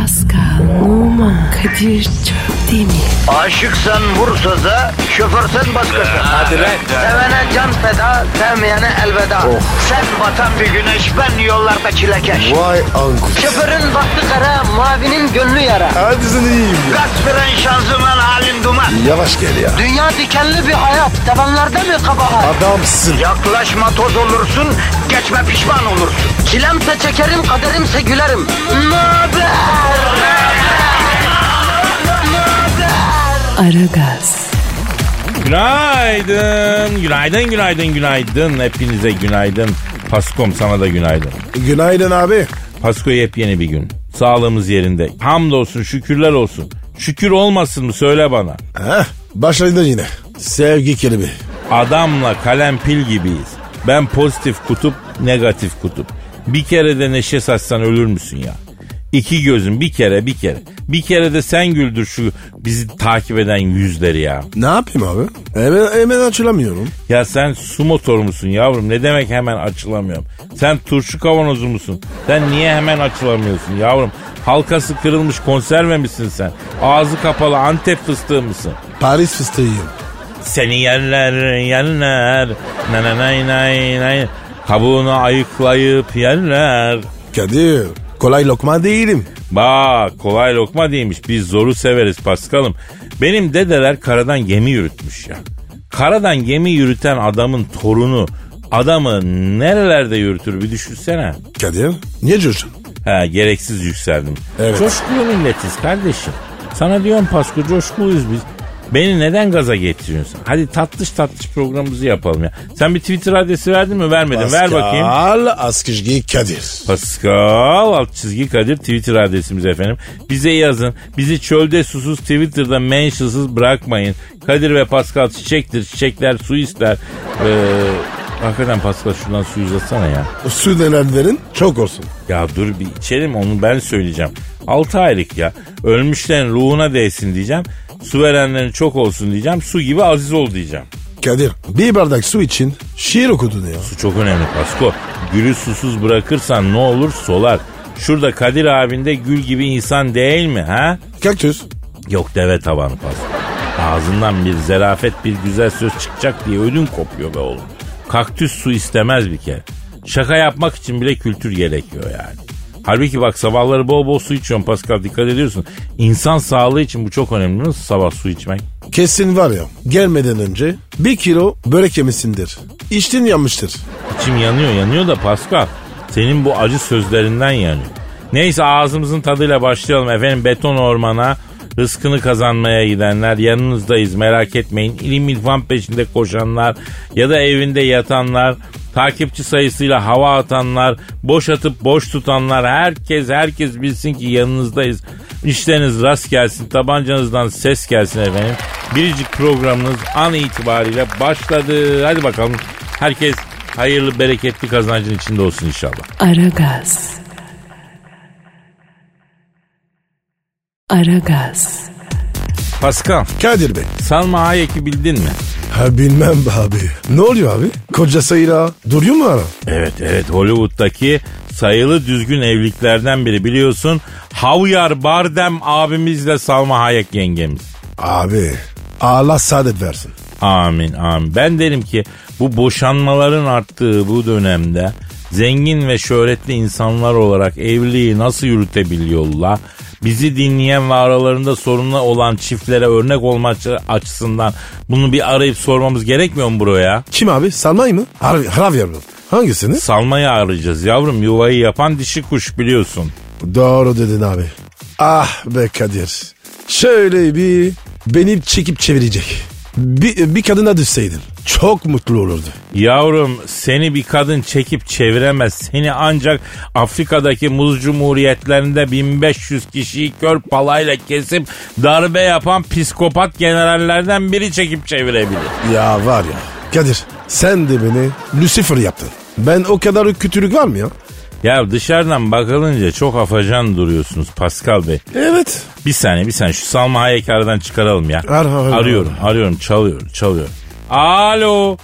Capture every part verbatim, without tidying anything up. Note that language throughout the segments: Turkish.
Pascal, Oman, Kadir çok değil mi? Aşıksan vursa da, şoförsen başkasın. Hadi lan. Sevene can feda, sevmeyene elveda. Oh. Sen batan bir güneş, ben yollarda çilekeş. Vay anku. Şoförün baktı kara, mavinin gönlü yara. Hadi sen iyiyim ya. Kasperen şanzıman halin duman. Yavaş gel ya. Dünya dikenli bir hayat, sevenlerde mi kabahar? Adamsın. Yaklaşma toz olursun, geçme pişman olursun. Çilemse çekerim, kaderimse gülerim. Möber! Aragaz. Günaydın, günaydın, günaydın, günaydın. Hepinize günaydın. Paskom, sana da günaydın. Günaydın abi. Pasko, yepyeni bir gün. Sağlığımız yerinde. Hamdolsun, şükürler olsun. Şükür olmasın mı, söyle bana. Heh, başladın yine. Sevgi kelimi. Adamla kalem pil gibiyiz. Ben pozitif kutup, negatif kutup. Bir kere de neşe saçsan ölür müsün ya? İki gözün bir kere bir kere. Bir kere de sen güldür şu bizi takip eden yüzleri ya. Ne yapayım abi? Hemen, hemen açılamıyorum. Ya sen su motoru musun yavrum? Ne demek hemen açılamıyorum? Sen turşu kavanozu musun? Sen niye hemen açılamıyorsun yavrum? Halkası kırılmış konserve misin sen? Ağzı kapalı Antep fıstığı mısın? Paris fıstığıyım. Seni yerler yerler. Nananay nay nay. Kabuğunu ayıklayıp yerler. Kadir, kolay lokma değilim. Bak, kolay lokma değilmiş. Biz zoru severiz Paskal'ım. Benim dedeler karadan gemi yürütmüş ya. Karadan gemi yürüten adamın torunu adamı nerelerde yürütür bir düşünsene. Kadir, niye coştun? Ha, gereksiz yükseldim. Evet. Coşkulu milletiz kardeşim. Sana diyorum Pasko, coşkuluyuz biz. Beni neden gaza getiriyorsun? Hadi tatlış tatlış programımızı yapalım ya. Sen bir Twitter adresi verdin mi? Vermedin. Pascal, Ver bakayım. Pascal Askışgi Kadir. Pascal alt çizgi Kadir Twitter adresimiz efendim. Bize yazın. Bizi çölde susuz, Twitter'da mentionsız bırakmayın. Kadir ve Pascal çiçektir. Çiçekler su ister. Ee, hakikaten Pascal şundan su uzatsana ya. O su denenlerin çok olsun. Ya dur bir içelim, onu ben söyleyeceğim. altı aylık ya. Ölmüşlerin ruhuna değsin diyeceğim. Su verenlerin çok olsun diyeceğim. Su gibi aziz ol diyeceğim. Kadir, bir bardak su için şiir okudun ya. Su çok önemli Pasko. Gülü susuz bırakırsan ne olur? Solar. Şurada Kadir abinde gül gibi insan değil mi ha? Kaktüs. Yok, deve tabanı Pasko. Ağzından bir zarafet, bir güzel söz çıkacak diye ödün kopuyor be oğlum. Kaktüs su istemez bir kere. Şaka yapmak için bile kültür gerekiyor yani. Halbuki bak, sabahları bol bol su içiyorum Pascal, dikkat ediyorsun. İnsan sağlığı için bu çok önemli. Nasıl sabah su içmek? Kesin var ya, gelmeden önce bir kilo börek yemişsindir. İçtin yanmıştır. İçim yanıyor yanıyor da Pascal, senin bu acı sözlerinden yanıyor. Neyse, ağzımızın tadıyla başlayalım efendim. Beton ormana rızkını kazanmaya gidenler, yanınızdayız, merak etmeyin. İlim irfan peşinde koşanlar ya da evinde yatanlar, takipçi sayısıyla hava atanlar, boş atıp boş tutanlar, herkes herkes bilsin ki yanınızdayız. İşleriniz rast gelsin, tabancanızdan ses gelsin efendim. Biricik programınız an itibariyle başladı. Hadi bakalım, herkes hayırlı bereketli kazancın içinde olsun inşallah. Aragaz. Aragaz. Pascal, Kadir Bey. Salma Hayek'i bildin mi? Ha bilmem be abi. Ne oluyor abi? Kocasıyla duruyor mu ara? Evet evet, Hollywood'daki sayılı düzgün evliliklerden biri, biliyorsun. Javier Bardem abimizle Salma Hayek yengemiz. Abi Allah saadet versin. Amin amin. Ben derim ki bu boşanmaların arttığı bu dönemde zengin ve şöhretli insanlar olarak evliliği nasıl yürütebiliyorlar? Bizi dinleyen ve aralarında sorunlu olan çiftlere örnek olmak açısından bunu bir arayıp sormamız gerekmiyor mu buraya? Kim abi? Salmay mı? Javier mi? Hangisini? Salmayı arayacağız yavrum. Yuvayı yapan dişi kuş, biliyorsun. Doğru dedin abi. Ah be Kadir. Şöyle bir beni çekip çevirecek. Bir, bir kadına düşseydin çok mutlu olurdu. Yavrum, seni bir kadın çekip çeviremez. Seni ancak Afrika'daki muz cumhuriyetlerinde bin beş yüz kişiyi kör palayla kesip darbe yapan psikopat generallerden biri çekip çevirebilir. Ya var ya Kadir, sen de beni Lucifer yaptın. Ben o kadar kötülük var mı ya? Ya dışarıdan bakılınca çok afacan duruyorsunuz Pascal Bey. Evet. Bir saniye bir saniye şu Salma Hayek'i aradan çıkaralım ya. Ar, ar, arıyorum ar. arıyorum çalıyor çalıyor. Alo,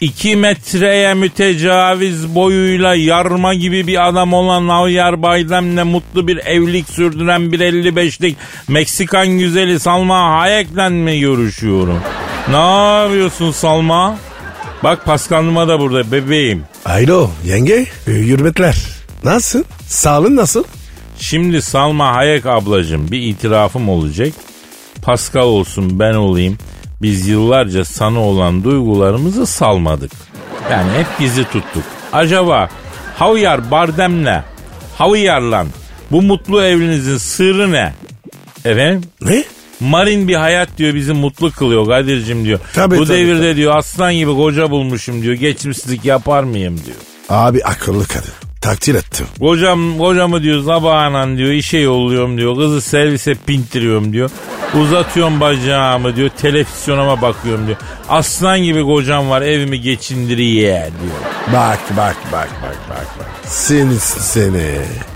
İki metreye mütecaviz boyuyla yarma gibi bir adam olan Javier Bardem'le mutlu bir evlilik sürdüren bir elli beşlik Meksikan güzeli Salma Hayek'le mi görüşüyorum? Ne yapıyorsun Salma? Bak Paskal'ıma da burada bebeğim. Alo yenge, hürmetler. Nasılsın? Sağlığın nasıl? Şimdi Salma Hayek ablacığım bir itirafım olacak. Pascal olsun ben olayım. Biz yıllarca sana olan duygularımızı salmadık. Yani hep gizli tuttuk. Acaba Javier Bardem'le, Javier'la bu mutlu evliliğinizin sırrı ne? Efendim? Ne? Marin bir hayat diyor bizi mutlu kılıyor Kadir'cim diyor. Tabii, bu tabii, devirde tabii. diyor aslan gibi koca bulmuşum diyor. Geçimsizlik yapar mıyım diyor. Abi akıllı kadın. Takdir ettim. Kocam, kocamı diyor sabahından diyor işe yolluyorum diyor. Kızı servise pintiriyorum diyor. Uzatıyorum bacağımı diyor. Televizyonuma bakıyorum diyor. Aslan gibi kocam var evimi geçindiriyor diyor. Bak bak bak bak bak bak. Seni seni.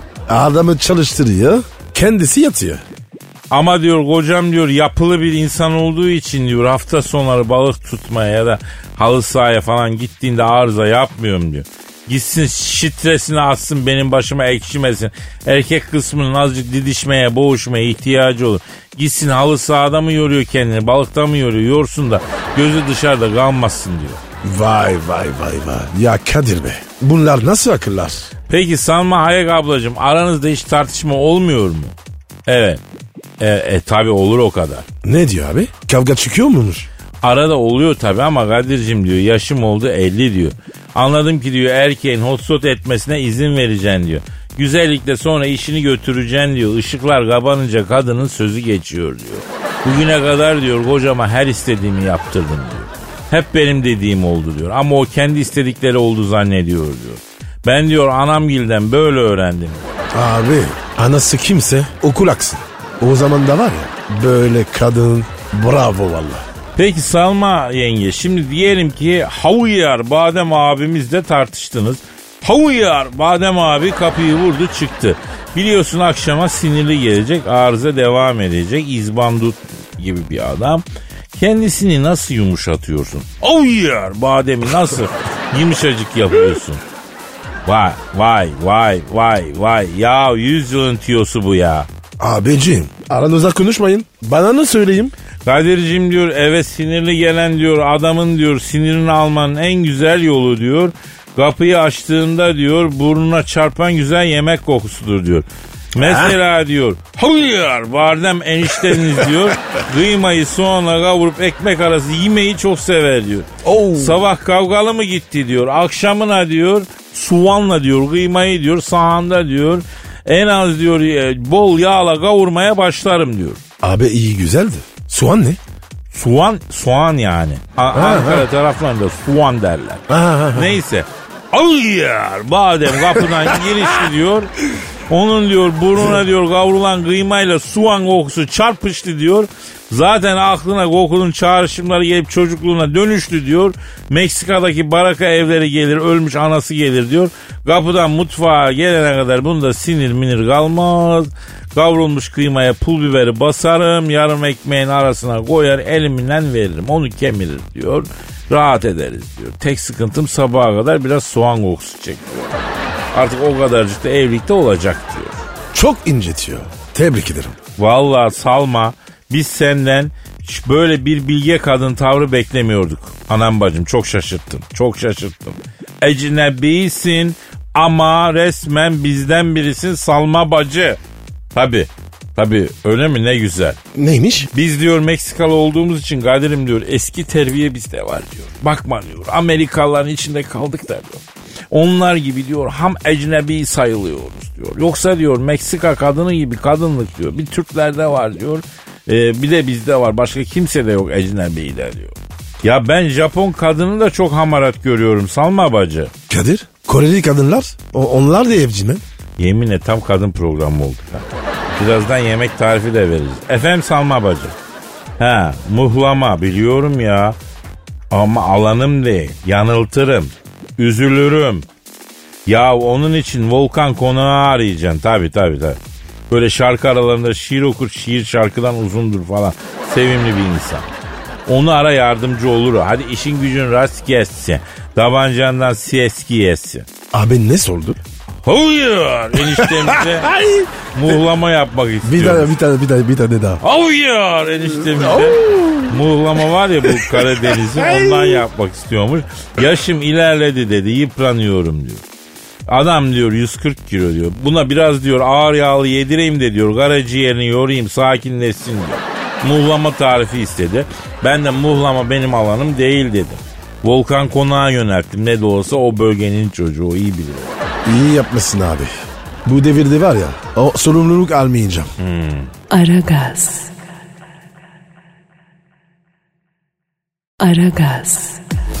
Adamı çalıştırıyor. Kendisi yatıyor. Ama diyor kocam diyor yapılı bir insan olduğu için diyor hafta sonları balık tutmaya ya da halı sahaya falan gittiğinde arıza yapmıyorum diyor. Gitsin şitresini atsın benim başıma ekşimesin. Erkek kısmının azıcık didişmeye boğuşmaya ihtiyacı olur. Gitsin halı sahada mı yoruyor kendini balıkta mı yoruyor yorsun da gözü dışarıda kalmasın diyor. Vay vay vay vay. Ya Kadir be. Bunlar nasıl akıllar? Peki Salma Hayek ablacığım aranızda hiç tartışma olmuyor mu? Evet. E, e tabi olur o kadar. Ne diyor abi? Kavga çıkıyor muymuş? Arada oluyor tabi ama Kadir'cim diyor yaşım oldu elli diyor. Anladım ki diyor erkeğin hotsot etmesine izin vereceksin diyor. Güzellikle sonra işini götüreceksin diyor. Işıklar kapanınca kadının sözü geçiyor diyor. Bugüne kadar diyor kocama her istediğimi yaptırdım diyor. Hep benim dediğim oldu diyor. Ama o kendi istedikleri oldu zannediyor diyor. Ben diyor anamgilden böyle öğrendim. Abi anası kimse okul aksın. O zaman da var ya böyle kadın bravo valla. Peki Salma yenge şimdi diyelim ki Javier Badem abimizle tartıştınız. Javier Badem abi kapıyı vurdu çıktı. Biliyorsun akşama sinirli gelecek arıza devam edecek izbandut gibi bir adam. Kendisini nasıl yumuşatıyorsun? Javier Badem'i nasıl yumuşacık yapıyorsun? Vay vay vay vay vay ya yüzyılın tiyosu bu ya. Abicim aranızda konuşmayın. Bana ne söyleyeyim? Kadir'cim diyor eve sinirli gelen diyor adamın diyor sinirini almanın en güzel yolu diyor. Kapıyı açtığında diyor burnuna çarpan güzel yemek kokusudur diyor. Mesela ha? diyor Javier Bardem enişteniz diyor kıymayı soğanla kavurup ekmek arası yemeği çok sever diyor. Oh. Sabah kavgalı mı gitti diyor akşamına diyor soğanla diyor kıymayı diyor sahanda diyor en az diyor bol yağla kavurmaya başlarım diyor. Abi iyi güzeldi. Soğan ne? Soğan, soğan yani. A- ha, Ankara ha. taraflarında soğan derler. Ha, ha, ha. Neyse. Javier Badem kapıdan girişti diyor. Onun diyor burnuna diyor kavrulan kıymayla soğan kokusu çarpıştı diyor. Zaten aklına kokunun çağrışımları gelip çocukluğuna dönüştü diyor. Meksika'daki baraka evleri gelir ölmüş anası gelir diyor. Kapıdan mutfağa gelene kadar bunda sinir minir kalmaz. Kavrulmuş kıymaya pul biberi basarım. Yarım ekmeğin arasına koyar elimden veririm. Onu kemirir diyor. Rahat ederiz diyor. Tek sıkıntım sabaha kadar biraz soğan kokusu çekiyor. Artık o kadarcık da evlilikte olacak diyor. Çok incitiyor. Tebrik ederim. Vallahi Salma biz senden böyle bir bilge kadın tavrı beklemiyorduk. Anam bacım çok şaşırttın. Çok şaşırttım. Ecnebisin ama resmen bizden birisin Salma bacı. Tabii. Tabii öyle mi ne güzel. Neymiş? Biz diyor Meksikalı olduğumuz için Kadir'im diyor eski terbiye bizde var diyor. Bakma diyor Amerikalıların içinde kaldık da diyor. Onlar gibi diyor ham ecnebi sayılıyoruz diyor. Yoksa diyor Meksika kadını gibi kadınlık diyor. Bir Türklerde var diyor. Ee, bir de bizde var. Başka kimse de yok ecnebiyle diyor. Ya ben Japon kadını da çok hamarat görüyorum Salma bacı. Kadir Koreli kadınlar o, onlar da evcimen. Yeminle tam kadın programı oldu. Ha. Birazdan yemek tarifi de veririz. Efendim Salma bacı. Ha muhlama biliyorum ya. Ama alanım değil. Yanıltırım. Üzülürüm. Ya onun için Volkan Konağı arayacaksın. Tabii tabii tabii. Böyle şarkı aralarında şiir okur, şiir şarkıdan uzundur falan. Sevimli bir insan. Onu ara, yardımcı olur o. Hadi işin gücün rast gelsin. Tabancandan C S G yesin. Abi ne sordu? Hayır. Eniştemize muhlama yapmak istiyor. Bir tane bir tane bir tane bir tane daha. Hayır. Eniştemize muhlama var ya bu Karadeniz'in, ondan yapmak istiyormuş. Yaşım ilerledi dedi, yıpranıyorum diyor. Adam diyor yüz kırk kilo diyor. Buna biraz diyor ağır yağlı yedireyim de diyor. Karaciğerini yorayım, sakinleşsin diyor. Muhlama tarifi istedi. Ben de muhlama benim alanım değil dedim. Volkan Konak'a yönelttim. Ne de olsa o bölgenin çocuğu, o iyi bilir. İyi yapmışsın abi. Bu devirde var ya, o sorumluluk almayacağım. Hmm. Aragaz. Aragaz.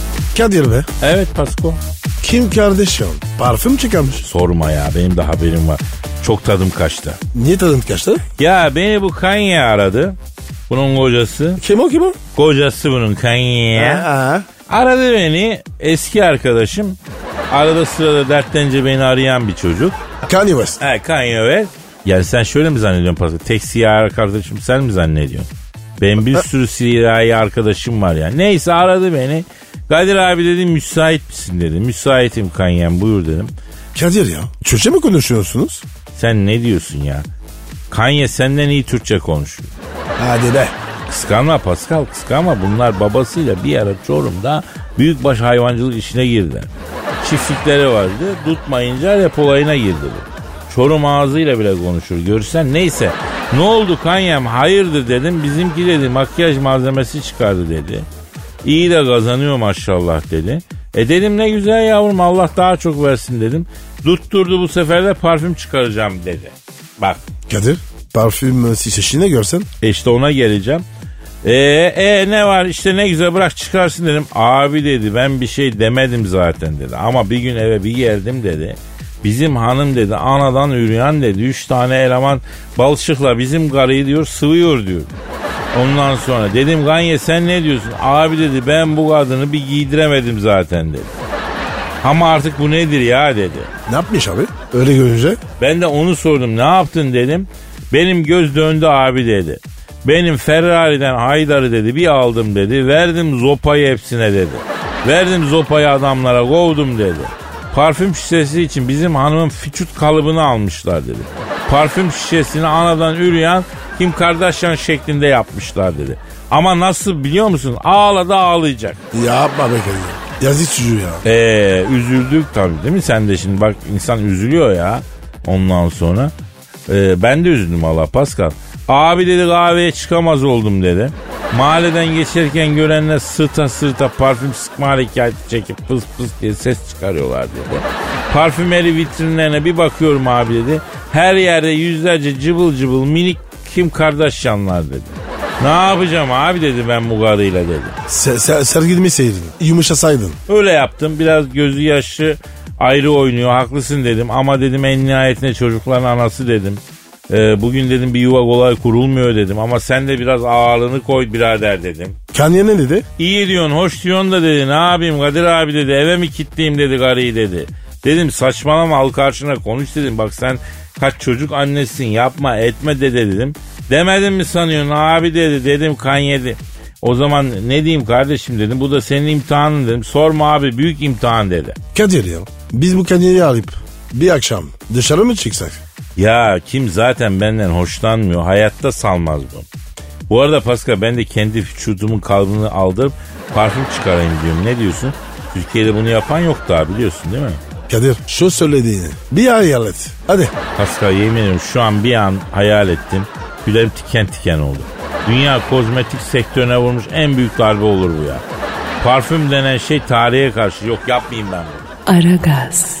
Kadir be. Evet Pasko. Kim kardeş ya? Parfüm çıkarmış. Sorma ya, benim de haberim var. Çok tadım kaçtı. Niye tadın kaçtı? Ya beni bu Kanye aradı. Bunun kocası. Kim o kim o? Kocası bunun Kanye. Aa. Aradı beni, eski arkadaşım. Arada sırada dertlenince beni arayan bir çocuk. Kanye West. He, Kanye West. Yani sen şöyle mi zannediyorsun Pascal? Tek siyahi arkadaşım sen mi zannediyorsun? Benim bir sürü siyahi arkadaşım var ya. Neyse aradı beni. Kadir abi dedi, müsait misin dedi. Müsaitim Kanye'm, buyur dedim. Kadir ya, Türkçe mi konuşuyorsunuz? Sen ne diyorsun ya? Kanye senden iyi Türkçe konuşuyor. Hadi be. Kıskanma Pascal, kıskanma. Bunlar babasıyla bir ara Çorum'da büyükbaş hayvancılık işine girdiler. Çiftlikleri vardı, tutmayınca rap olayına girdiler. Çorum ağzıyla bile konuşur görsen. Neyse, ne oldu Kanyem, hayırdır dedim. Bizimki dedi makyaj malzemesi çıkardı dedi. İyi de kazanıyor maşallah dedi. E dedim ne güzel yavrum, Allah daha çok versin dedim. Tutturdu, bu sefer de parfüm çıkaracağım dedi. Bak. Kadir, parfüm şişesini görsen. E işte ona geleceğim. E, e ne var işte, ne güzel, bırak çıkarsın dedim. Abi dedi ben bir şey demedim zaten dedi. Ama bir gün eve bir geldim dedi. Bizim hanım dedi anadan üryan dedi. Üç tane eleman balçıkla bizim karıyı diyor sıvıyor diyor. Ondan sonra dedim Kanye sen ne diyorsun? Abi dedi ben bu kadını bir giydiremedim zaten dedi. Ama artık bu nedir ya dedi. Ne yapmış abi öyle görünce? Ben de onu sordum, ne yaptın dedim. Benim göz döndü abi dedi. Benim Ferrari'den Haydar'ı dedi bir aldım dedi. Verdim zopayı hepsine dedi. Verdim zopayı adamlara, kovdum dedi. Parfüm şişesi için bizim hanımın fiçut kalıbını almışlar dedi. Parfüm şişesini anadan üreyen Kim Kardashian şeklinde yapmışlar dedi. Ama nasıl biliyor musun? Ağladı ağlayacak. Yapma be Kadir. Yazık çocuğu ya. Eee üzüldük tabii değil mi? Sen de şimdi bak insan üzülüyor ya. Ondan sonra. Ee, ben de üzüldüm valla Pascal. Abi dedi kahveye çıkamaz oldum dedi. Mahalleden geçerken görenler sırta sırta parfüm sıkma hareketi çekip pıs pıs diye ses çıkarıyorlar dedi. Parfümeri vitrinlerine bir bakıyorum abi dedi. Her yerde yüzlerce cıbıl cıbıl minik Kim Kardashianlar dedi. Ne yapacağım abi dedi ben bu karıyla dedi. Se- se- sergilemeseydin, yumuşasaydın. Öyle yaptım, biraz gözü yaşlı ayrı oynuyor, haklısın dedim. Ama dedim en nihayetinde çocukların anası dedim. Ee, bugün dedim bir yuva kolay kurulmuyor dedim. Ama sen de biraz ağırlığını koy birader dedim. Kanye ne dedi? İyi diyorsun, hoş diyorsun da dedi. Ne yapayım Kadir abi dedi, eve mi kilitleyeyim dedi karıyı dedi. Dedim saçmalama, al karşına konuş dedim. Bak sen kaç çocuk annesin, yapma etme dede dedim. Demedin mi sanıyorsun abi dedi. Dedim Kanye'di. O zaman ne diyeyim kardeşim dedim. Bu da senin imtihanın dedim. Sorma abi, büyük imtihan dedi. Kadir ya, biz bu Kanye'yi alıp bir akşam dışarı mı çıksak? Ya kim zaten benden hoşlanmıyor. Hayatta salmaz bu. Bu arada Pascal ben de kendi vücudumun kalbini aldırıp parfüm çıkarayım diyorum. Ne diyorsun? Türkiye'de bunu yapan yok daha, biliyorsun değil mi? Kadir şu söylediğini bir hayal et. Hadi. Pascal yemin ediyorum şu an bir an hayal ettim. Tüylerim tiken tiken oldu. Dünya kozmetik sektörüne vurmuş en büyük darbe olur bu ya. Parfüm denen şey tarihe karşı, yok yapmayayım ben bunu. Aragaz.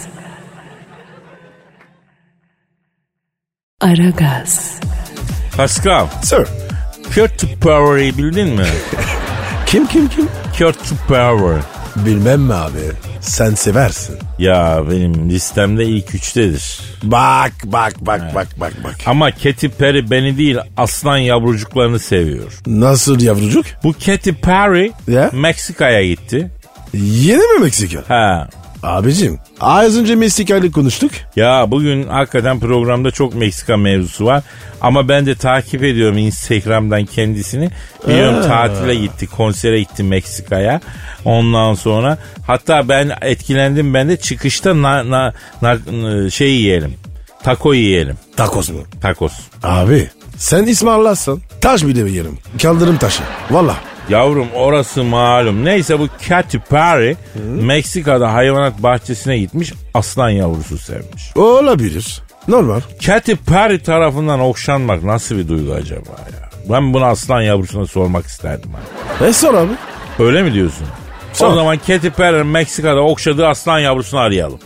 Aragaz. Pascal. Sir. Kurt Power'ı bildin mi? Kim kim kim? Kurt Power. Bilmem mi abi? Sen seversin. Ya benim listemde ilk üçtedir. Bak bak bak evet. bak bak bak. Ama Katy Perry beni değil aslan yavrucuklarını seviyor. Nasıl yavrucuk? Bu Katy Perry yeah. Meksika'ya gitti. Yeni mi Meksika? Ha. Abicim az önce Meksika'yla konuştuk. Ya bugün hakikaten programda çok Meksika mevzusu var. Ama ben de takip ediyorum Instagram'dan kendisini. Biliyorum Ee. tatile gitti, konsere gitti Meksika'ya. Ondan sonra hatta ben etkilendim, ben de çıkışta na, na, na, şey yiyelim. Taco yiyelim. Takos mu? Tacos. Abi sen ısmarlarsan taş bile yerim. Kaldırım taşı. Valla. Yavrum orası malum. Neyse bu Katy Perry Meksika'da hayvanat bahçesine gitmiş, aslan yavrusu sevmiş. Olabilir. Normal. Katy Perry tarafından okşanmak nasıl bir duygu acaba ya? Ben bunu aslan yavrusuna sormak isterdim. Abi. E sor abi. Öyle mi diyorsun? Sor. O zaman Katy Perry'nin Meksika'da okşadığı aslan yavrusunu arayalım.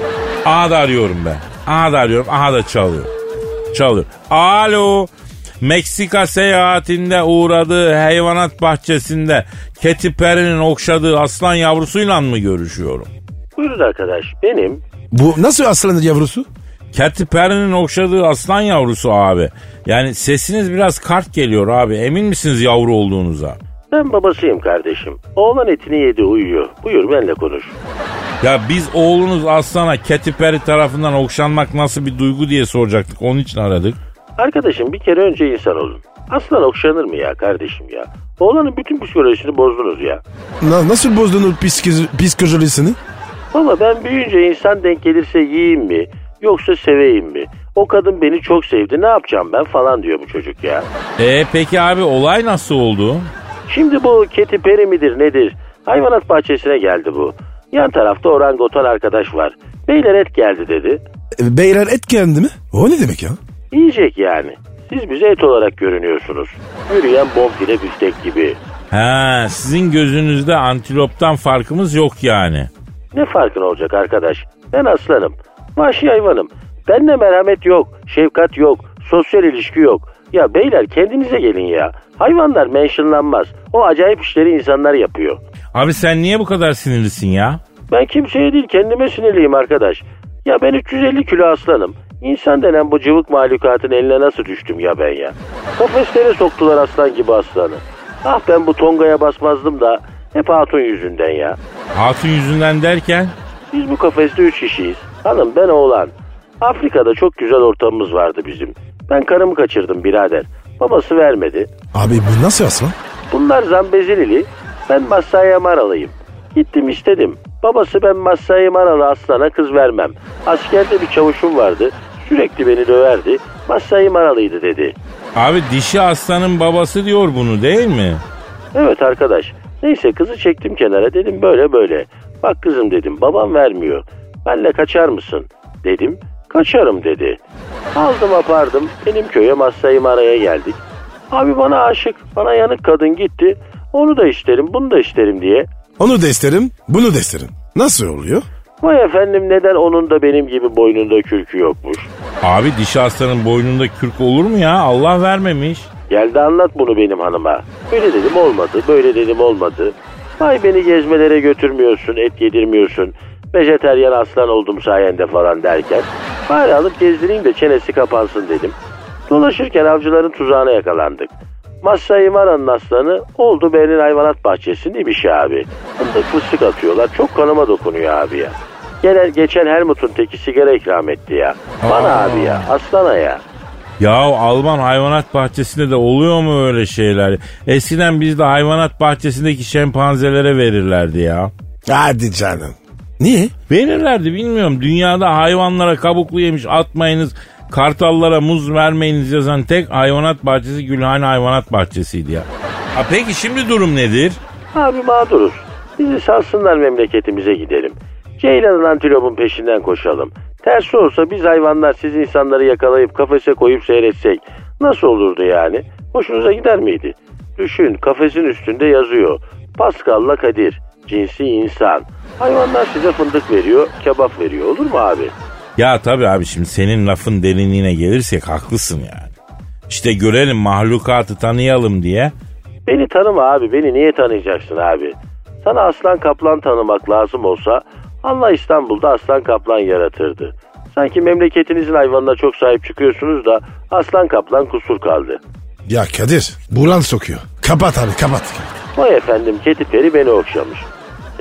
Aha da arıyorum ben. Aha da arıyorum. Aha da çalıyor. Çalıyor. Alo. Meksika seyahatinde uğradığı hayvanat bahçesinde Katy Perry'nin okşadığı aslan yavrusuyla mı görüşüyorum? Buyurun arkadaş, benim. Bu nasıl aslan yavrusu? Katy Perry'nin okşadığı aslan yavrusu abi. Yani sesiniz biraz kart geliyor abi. Emin misiniz yavru olduğunuza? Ben babasıyım kardeşim. Oğlan etini yedi, uyuyor. Buyur benimle konuş. Ya biz oğlunuz aslana Katy Perry tarafından okşanmak nasıl bir duygu diye soracaktık. Onun için aradık. Arkadaşım bir kere önce insan olun. Aslan okşanır mı ya kardeşim ya? Oğlanın bütün psikolojisini bozdunuz ya. Na, nasıl bozdun o psiko- psikolojisini? Valla ben büyüyünce insan denk gelirse yiyeyim mi? Yoksa seveyim mi? O kadın beni çok sevdi, ne yapacağım ben falan diyor bu çocuk ya. E peki abi olay nasıl oldu? Şimdi bu Katy Perry midir nedir? Hayvanat bahçesine geldi bu. Yan tarafta orangutan arkadaş var. Beyler et geldi dedi. E, Beyler et geldi mi? O ne demek ya? Yiyecek yani. Siz bize et olarak görünüyorsunuz. Yürüyen bonfile biftek gibi. Ha, sizin gözünüzde antiloptan farkımız yok yani. Ne farkın olacak arkadaş? Ben aslanım. Vahşi hayvanım. Bende merhamet yok. Şefkat yok. Sosyal ilişki yok. Ya beyler kendinize gelin ya. Hayvanlar mentionlanmaz. O acayip işleri insanlar yapıyor. Abi sen niye bu kadar sinirlisin ya? Ben kimseye değil kendime sinirliyim arkadaş. Ya ben üç yüz elli kilo aslanım. İnsan denen bu cıvık mahlukatın eline nasıl düştüm ya ben ya? Kafeslere soktular aslan gibi aslanı. Ah ben bu tongaya basmazdım da hep hatun yüzünden ya. Hatun yüzünden derken? Biz bu kafeste üç kişiyiz. Hanım ben oğlan. Afrika'da çok güzel ortamımız vardı bizim. Ben karımı kaçırdım birader. Babası vermedi. Abi bu nasıl aslan? Bunlar Zambezilili. Ben Masai Maralıyım. Gittim istedim. Babası ben Masai Maralı aslana kız vermem. Askerde bir çavuşum vardı. Sürekli beni döverdi. Masai Maralıydı dedi. Abi dişi aslanın babası diyor bunu değil mi? Evet arkadaş. Neyse kızı çektim kenara dedim böyle böyle. Bak kızım dedim babam vermiyor. Benle kaçar mısın? Dedim. Kaçarım dedi. Aldım apardım. Benim köye Masai Mara'ya geldik. Abi bana aşık. Bana yanık kadın gitti. Onu da isterim bunu da isterim diye. Onu da isterim, bunu da isterim. Nasıl oluyor? Vay efendim neden onun da benim gibi boynunda kürkü yokmuş? Abi dişi aslanın boynunda kürk olur mu ya? Allah vermemiş. Gel de anlat bunu benim hanıma. Böyle dedim olmadı, böyle dedim olmadı. Vay beni gezmelere götürmüyorsun, et yedirmiyorsun. Vejeteryan aslan oldum sayende falan derken. Bari alıp gezdireyim de çenesi kapansın dedim. Dolaşırken avcıların tuzağına yakalandık. Masai Mara'nın aslanı oldu Berlin hayvanat bahçesinde bir şey abi. Fındık fıstık atıyorlar. Çok kanıma dokunuyor abi ya. Genel, geçen Helmut'un teki sigara ikram etti ya. Bana Aa. abi ya. Aslana ya. Ya Alman hayvanat bahçesinde de oluyor mu öyle şeyler? Eskiden bizde hayvanat bahçesindeki şempanzelere verirlerdi ya. Hadi canım. Niye? Verirlerdi bilmiyorum. Dünyada hayvanlara kabuklu yemiş atmayınız, kartallara muz vermeyiniz yazan tek hayvanat bahçesi Gülhane Hayvanat Bahçesi'ydi ya. Ha peki şimdi durum nedir? Abi mağduruz. Bizi salsınlar memleketimize gidelim. Ceylan'ın antilopun peşinden koşalım. Tersi olsa biz hayvanlar siz insanları yakalayıp kafese koyup seyretsek nasıl olurdu yani? Hoşunuza gider miydi? Düşün kafesin üstünde yazıyor. Pascal'la Kadir. Cinsi insan. Hayvanlar size fındık veriyor, kebap veriyor. Olur mu abi? Ya tabii abi şimdi senin lafın derinliğine gelirsek haklısın yani. İşte görelim mahlukatı tanıyalım diye. Beni tanıma abi. Beni niye tanıyacaksın abi? Sana aslan kaplan tanımak lazım olsa Allah İstanbul'da aslan kaplan yaratırdı. Sanki memleketinizin hayvanına çok sahip çıkıyorsunuz da aslan kaplan kusur kaldı. Ya Kadir, bulan sokuyor. Kapat abi kapat. Vay efendim Katy Perry beni okşamış.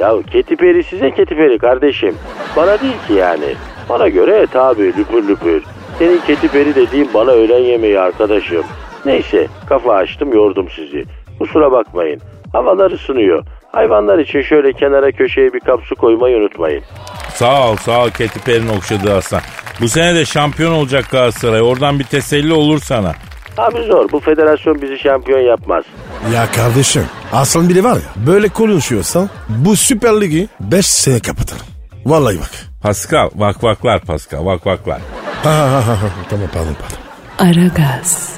Ya Katy Perry size Katy Perry kardeşim. Bana değil ki yani. Bana göre tabi lüpür lüpür. Senin Katy Perry dediğin bana öğlen yemeği arkadaşım. Neyse kafa açtım yordum sizi. Kusura bakmayın. Havalar ısınıyor. Hayvanlar için şöyle kenara köşeye bir kap su koymayı unutmayın. Sağ ol sağ ol Katy Perry'nin okşadığı aslan. Bu sene de şampiyon olacak Galatasaray. Oradan bir teselli olur sana. Abi zor. Bu federasyon bizi şampiyon yapmaz. Ya kardeşim aslan biri var ya böyle konuşuyorsan bu Süper Ligi beş sene kapatırım. Vallahi bak. Pascal vakvaklar Pascal vakvaklar. Ha ha ha ha tamam pardon pardon. Aragaz.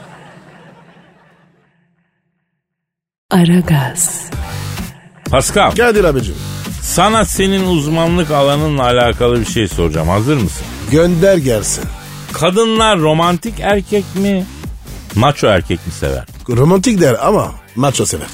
Aragaz. Pascal Kadir abicim sana senin uzmanlık alanınla alakalı bir şey soracağım. Hazır mısın? gönder gelsin. Kadınlar romantik erkek mi? Maço erkek mi sever? Romantik der ama maço sever.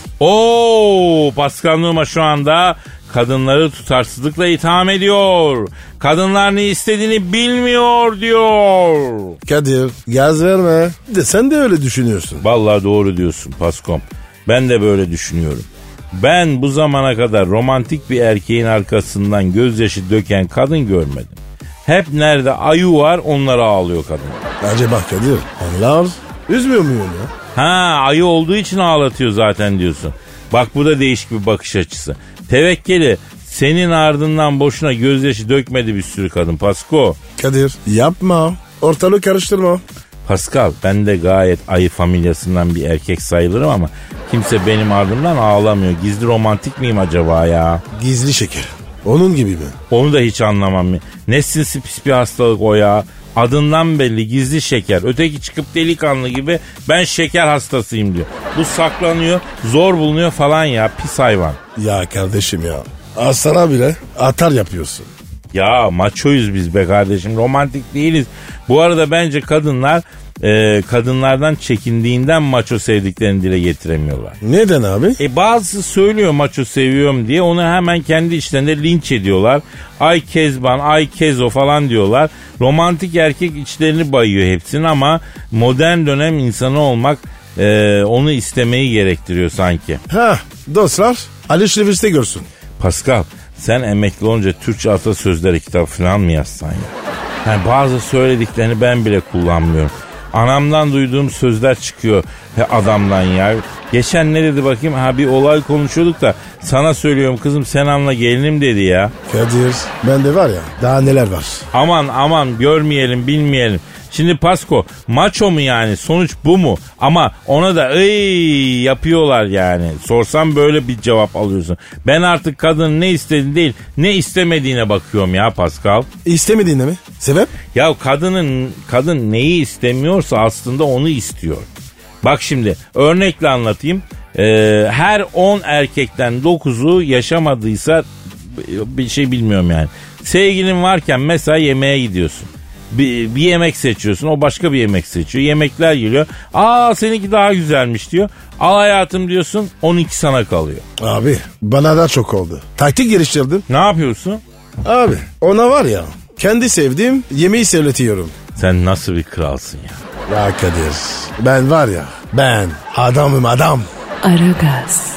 Oo, Pascal Numa şu anda kadınları tutarsızlıkla itham ediyor. Kadınlar ne istediğini bilmiyor diyor. Kadir gaz verme. De sen de öyle düşünüyorsun. Vallahi doğru diyorsun Paskom. Ben de böyle düşünüyorum. Ben bu zamana kadar romantik bir erkeğin arkasından gözyaşı döken kadın görmedim. Hep nerede ayu var onlara ağlıyor kadın. Acaba Kadir onlar üzmüyor muyum ya? Ha ayı olduğu için ağlatıyor zaten diyorsun. Bak bu da değişik bir bakış açısı. Tevekkeli senin ardından boşuna gözyaşı dökmedi bir sürü kadın Pasko. Kadir yapma ortalığı karıştırma. Pascal ben de gayet ayı familyasından bir erkek sayılırım ama kimse benim ardımdan ağlamıyor. Gizli romantik miyim acaba ya? Gizli şeker. Onun gibi mi? Onu da hiç anlamam. Ne sinsi pis bir hastalık o ya. Adından belli gizli şeker. Öteki çıkıp delikanlı gibi ben şeker hastasıyım diyor. Bu saklanıyor, zor bulunuyor falan ya, pis hayvan. Ya kardeşim ya. Aslana bile atar yapıyorsun. Ya maçoyuz biz be kardeşim, romantik değiliz. Bu arada bence kadınlar e, kadınlardan çekindiğinden maço sevdiklerini dile getiremiyorlar. Neden abi? E bazısı söylüyor maço seviyorum diye, onu hemen kendi içlerinde linç ediyorlar. Ay kezban, ay kezo falan diyorlar. Romantik erkek içlerini bayıyor hepsinin ama modern dönem insanı olmak e, onu istemeyi gerektiriyor sanki. Ha dostlar Ali Şerif'te görsün. Pascal sen emekli olunca Türkçe atasözleri kitabı falan mı yazsan ya? Yani bazı söylediklerini ben bile kullanmıyorum. Anamdan duyduğum sözler çıkıyor he adamdan ya. Geçen ne dedi bakayım? Ha bir olay konuşuyorduk da sana söylüyorum kızım sen anla gelinim dedi ya. Kadir bende var ya daha neler var. Aman aman görmeyelim bilmeyelim. Şimdi Pasko maço mu yani, sonuç bu mu? Ama ona da ıy yapıyorlar yani. Sorsam böyle bir cevap alıyorsun. Ben artık kadının ne istediğini değil ne istemediğine bakıyorum ya Pascal. İstemediğine mi? Sebep? Ya kadının kadın neyi istemiyorsa aslında onu istiyor. Bak şimdi örnekle anlatayım. Ee, her on erkekten dokuzu yaşamadıysa bir şey bilmiyorum yani. Sevgilin varken mesela yemeğe gidiyorsun. Bir, bir yemek seçiyorsun, o başka bir yemek seçiyor. Yemekler geliyor. Aa seninki daha güzelmiş diyor. Al hayatım diyorsun, onunki sana kalıyor. Abi bana da çok oldu. Taktik geliştirdim. Ne yapıyorsun? Abi ona var ya kendi sevdiğim yemeği söyletiyorum. Sen nasıl bir kralsın ya? Ya Kadir ben var ya ben adamım adam. Aragaz.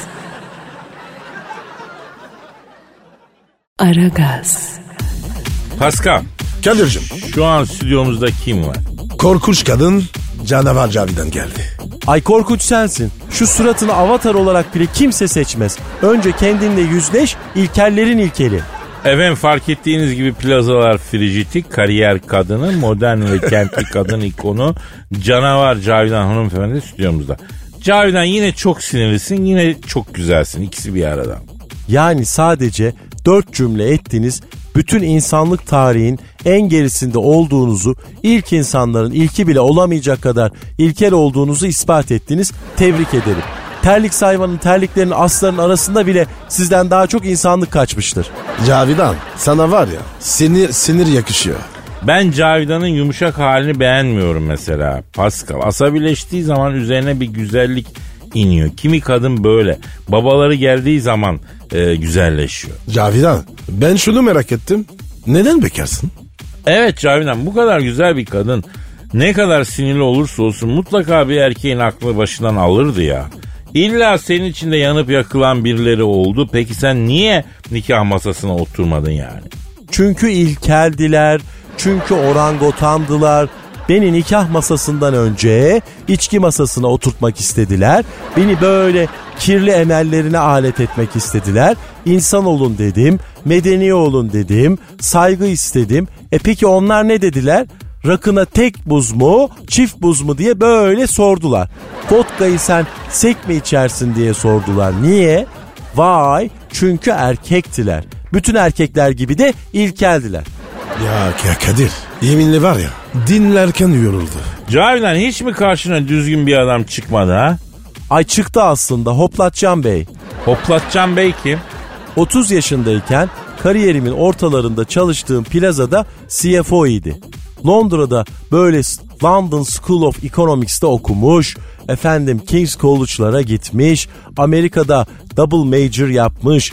Aragaz. Pascal, Kadir'cim şu an stüdyomuzda kim var? korkunç kadın canavar Cavidan geldi. Ay korkunç sensin. Şu suratını avatar olarak bile kimse seçmez. Önce kendinle yüzleş, ilkellerin ilkeli. Efendim fark ettiğiniz gibi plazalar frijitik, kariyer kadını, modern ve kentli kadın ikonu canavar Cavidan hanımefendi stüdyomuzda. Cavidan yine çok sinirlisin, yine çok güzelsin. İkisi bir arada. Yani sadece dört cümle ettiniz, bütün insanlık tarihin en gerisinde olduğunuzu, ilk insanların ilki bile olamayacak kadar ilkel olduğunuzu ispat ettiniz. Tebrik ederim. Terlik hayvanın terliklerinin aslarının arasında bile sizden daha çok insanlık kaçmıştır. Cavidan sana var ya sinir sinir yakışıyor. Ben Cavidan'ın yumuşak halini beğenmiyorum mesela. Pascal asabileştiği zaman üzerine bir güzellik iniyor. Kimi kadın böyle. Babaları geldiği zaman e, güzelleşiyor. Cavidan ben şunu merak ettim. Neden bekarsın? Evet Cavidan, bu kadar güzel bir kadın ne kadar sinirli olursa olsun mutlaka bir erkeğin aklını başından alırdı ya. İlla senin içinde yanıp yakılan birileri oldu. Peki sen niye nikah masasına oturmadın yani? Çünkü ilkeldiler, çünkü orangotandılar. Beni nikah masasından önce içki masasına oturtmak istediler. Beni böyle kirli emellerine alet etmek istediler. İnsan olun dedim, medeni olun dedim, saygı istedim. E peki onlar ne dediler? Rakına tek buz mu, çift buz mu diye böyle sordular. Vodka'yı sen sek mi içersin diye sordular. Niye? Vay, çünkü erkektiler. Bütün erkekler gibi de ilkeldiler. Ya, ya Kadir, yeminle var ya, dinlerken yoruldu. Cavidan hiç mi karşına düzgün bir adam çıkmadı ha? Ay çıktı aslında, Hoplatcan Bey. Hoplatcan Bey kim? otuz yaşındayken kariyerimin ortalarında çalıştığım plazada C F O idi. Londra'da böyle London School of Economics'te okumuş, efendim King's College'lara gitmiş, Amerika'da double major yapmış,